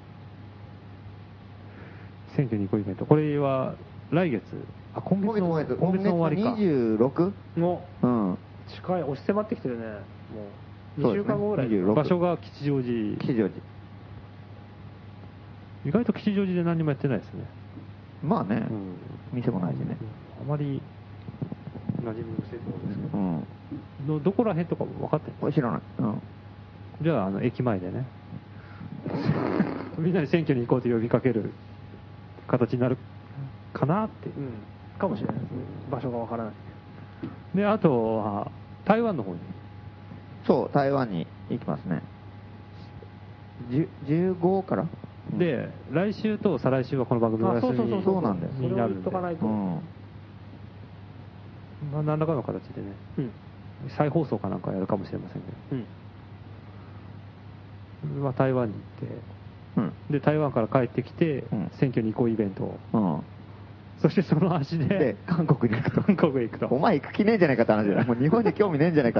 選挙に行こうイベント、これは来月、今月の終わりか。 26？ 近い、押し迫ってきてるね。もう2週間後ぐらい。 場所が吉祥寺。意外と吉祥寺で何もやってないですね。 まあね、店もないしね。 あまり馴染みのせいですけど、どこら辺とかも分かってる？ 知らない。 じゃあ、駅前でね、みんなに選挙に行こうと呼びかける形になるかなって。 かもしれないですね。場所が分からない。 で、あとは、台湾の方に。 そう、台湾に行きますね。15からで、来週と再来週はこの番組が休みになるんで。 そうなんです。それを言っとかないと。 何らかの形でね、再放送かなんかやるかもしれませんね。台湾に行って、で、台湾から帰ってきて、選挙に行こうイベントを。そしてその足で、 韓国に行くと。お前行く気ねえんじゃないかって話だよ。もう日本に興味ねえんじゃないかって。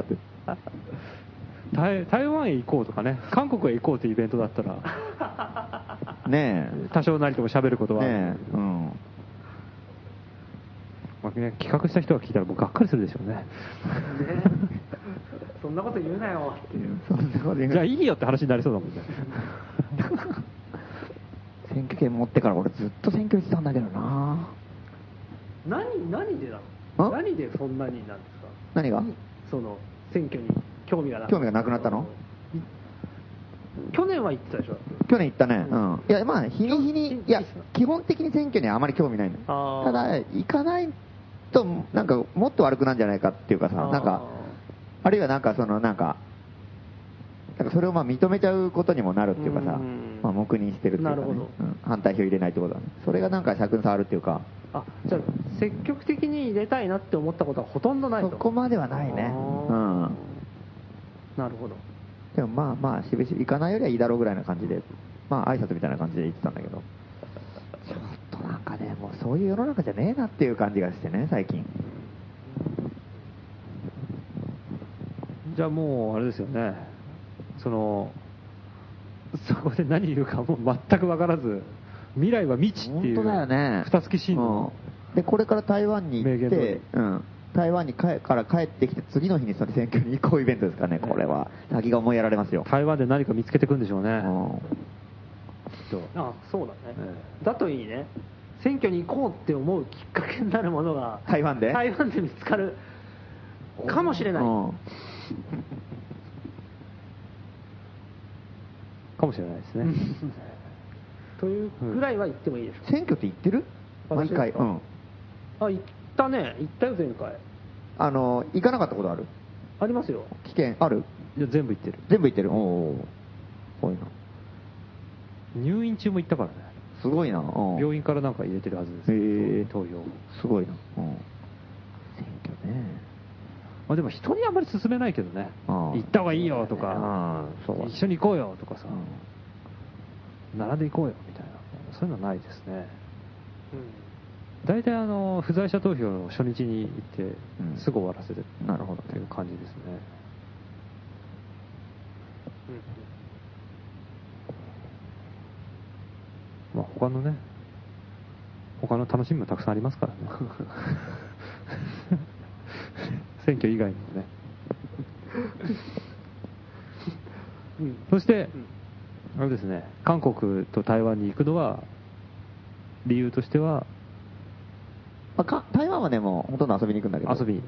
台湾へ行こうとかね、韓国へ行こうというイベントだったら、 ねえ、多少なりとも喋ることは、 ねえ、 企画した人が聞いたらもうがっかりするでしょうね。 そんなこと言うなよっていう。 じゃあいいよって話になりそうだもんね。 選挙権持ってから俺ずっと選挙してたんだけどな。 何でなの？何でそんなになんですか？ 何が？ その選挙に興味がなくなったの？ 去年は行ってたでしょ？ 去年行ったね。いや、まあ日に日に、いや基本的に選挙にはあまり興味ないの。ただ行かないと、なんか、もっと悪くなんじゃないかっていうかさ、なんか、あるいはなんか、それをまあ認めちゃうことにもなるっていうかさ、まあ、黙認してるっていうか、ね、反対票入れないってことだね。それがなんか尺に触るっていうか。 じゃあ、積極的に入れたいなって思ったことはほとんどないと。 そこまではないね。 なるほど。 でもまあまあ、しぶしぶ行かないよりはいいだろうぐらいな感じで、まあ挨拶みたいな感じで言ってたんだけど、ちょっとなんかね、もうそういう世の中じゃねえなっていう感じがしてね、最近。 じゃあもう、あれですよね。そこで何言うかもう全く分からず、未来は未知っていう、 本当だよね。 二月新聞、 で、これから台湾に行って、台湾から帰ってきて、次の日にその選挙に行こうイベントですかね、これは。先が思いやられますよ。 台湾で何か見つけてくるんでしょうね。 そうだね。だといいね。選挙に行こうって思うきっかけになるものが、 台湾で見つかるかもしれない。 かもしれないですね。 というぐらいは言ってもいいでしょう。 選挙って言ってる？毎回。 行ったね。行ったよ、前回。 行かなかったことある？ ありますよ。 危険ある？ いや、全部行ってる。 全部行ってる。すごいな。 入院中も行ったからね。 すごいな。 病院からなんか入れてるはずです。投票。 すごいな。選挙ね。 まあでも人にあんまり勧めないけどね。行った方がいいよとか、一緒に行こうよとかさ、並んで行こうよみたいな、そういうのはないですね。大体不在者投票の初日に行ってすぐ終わらせるっていう感じですね。まあ他の楽しみもたくさんありますからね。選挙以外にもね。そして、あれですね、韓国と台湾に行くのは、理由としては、 台湾はね、もうほとんど遊びに行くんだけど。 遊びに。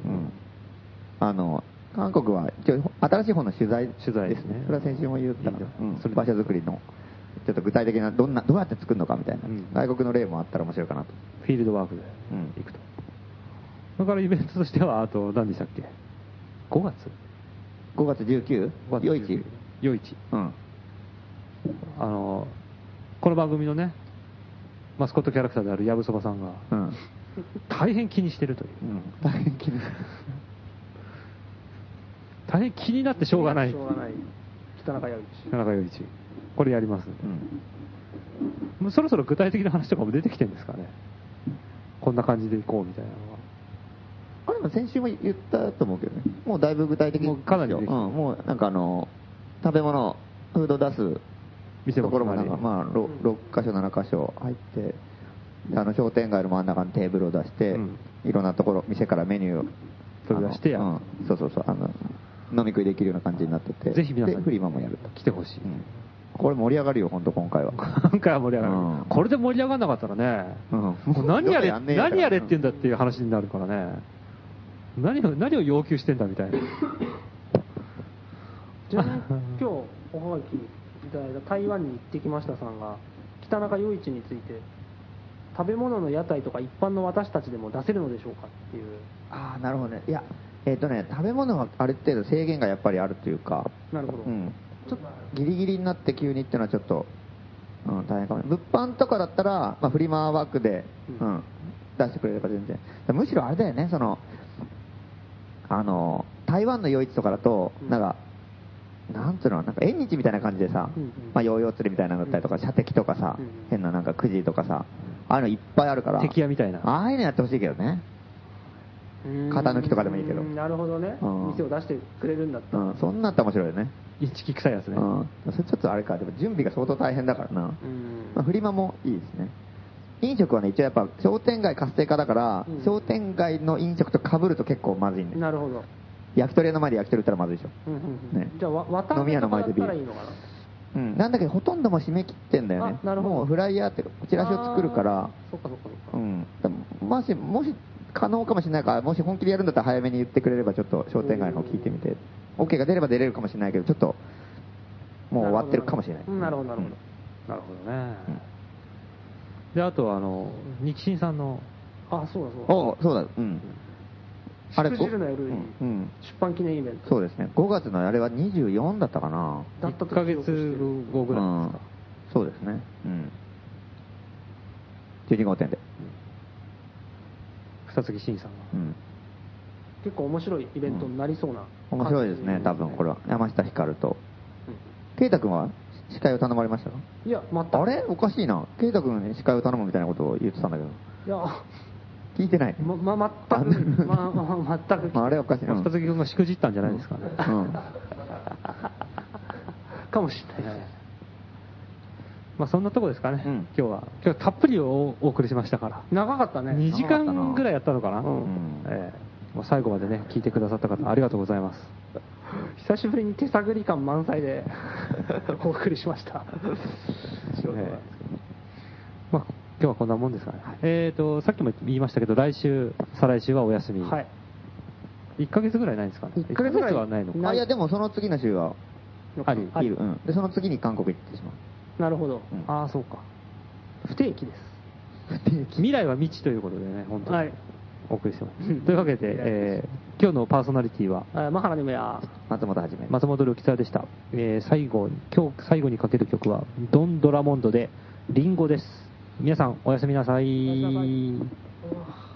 韓国は一応新しい方の取材ですね。それは先週も言った場所作りの、ちょっと具体的な、どうやって作るのかみたいな、外国の例もあったら面白いかなと。 フィールドワークで行くと。それからイベントとしては、あと何でしたっけ？5月 19？ 夜市？ 夜市。この番組のね、マスコットキャラクターであるやぶそばさんが、大変気にしてるという。 大変気に大変気になってしょうがない。 北中夜市。これやります。もうそろそろ具体的な話とかも出てきてるんですかね。こんな感じで行こうみたいなのは。 でも先週も言ったと思うけどね。もうだいぶ具体的に。 もうかなりできてる。 もうなんか食べ物、フード出すところもなんか、まあ6箇所、7箇所入って、商店街の真ん中にテーブルを出して、いろんなところ、店からメニューを取り出して飲み食いできるような感じになってて、 ぜひ皆さんフリマもやると。 来てほしい。 これ盛り上がるよ、本当今回は。 今回は盛り上がる。これで盛り上がらなかったらね、何やれって言うんだっていう話になるからね。何を要求してんだみたいな。 じゃあね、今日おはがきいただいた台湾に行ってきましたさんが、北中夜市について、食べ物の屋台とか一般の私たちでも出せるのでしょうかっていう。 なるほどね。いや、食べ物はある程度制限がやっぱりあるというか。 なるほど。 ちょっとギリギリになって急にっていうのはちょっと、大変かも。物販とかだったら、フリマ枠で、出してくれれば全然。むしろあれだよね、台湾の夜市とかだと、なんつうの、縁日みたいな感じでさ、ヨーヨー釣りみたいなのだったりとか、射的とかさ、変なくじとかさ、ああいうのいっぱいあるから。 敵屋みたいな。 ああいうのやってほしいけどね。型抜きとかでもいいけど。 なるほどね。店を出してくれるんだったら。 そんなったら面白いよね。 インチキ臭いやつね。 それちょっとあれか、でも準備が相当大変だからな。フリマもいいですね。飲食はね、一応やっぱ商店街活性化だから、商店街の飲食と被ると結構まずいんで。 なるほど。 焼き鳥屋の前で焼き鳥売ったらまずいでしょ。 じゃあ、渡辺とかだったらいいのかな。 なんだけどほとんどもう締め切ってんだよね。もうフライヤーってチラシを作るから。 そっか。 もし可能かもしれないから、もし本気でやるんだったら早めに言ってくれればちょっと商店街の方聞いてみて、OK が出れば出れるかもしれないけど、ちょっともう終わってるかもしれない。 なるほどね。で、あと日清さんのあ、そうだそうだ。 お、そうだ、うん。 あれ、しくじるの夜、出版記念イベント。 そうですね。5月のあれは24だったかな。 だったと 1ヶ月後ぐらいですか。 そうですね。うん。12号店で。 草月慎さんが。うん。 結構面白いイベントになりそうな、 面白いですね、多分これは。山下ひかると。圭太君は司会を頼まれましたか？ いや、全く。 あれおかしいな。圭太君に司会を頼むみたいなことを言ってたんだけど。 いや、 聞いてない。 全く。全く。 あれおかしいな。 草月君がしくじったんじゃないですかね。うん。 かもしれない。 まあそんなとこですかね、今日はたっぷりお送りしましたから。 長かったね。 2時間ぐらいやったのかな。もう最後までね、聞いてくださった方ありがとうございます。 久しぶりに手探り感満載でお送りしました。 まあ今日はこんなもんですかね。さっきも言いましたけど、来週、再来週はお休み。はい。1ヶ月ぐらいないんですかね。 1ヶ月ぐらいはないのか。 いや、でもその次の週は、ある。で、その次に韓国行ってしまう。 なるほど。 ああ、そうか。 不定期です。 不定期。未来は未知ということでね、本当に。はい。お送りしてます。というわけで、今日のパーソナリティは、 マハラニムや松本はじめ。 松本るきさでした。今日最後にかける曲は、ドン・ドラモンドで、リンゴです。皆さん、おやすみなさい。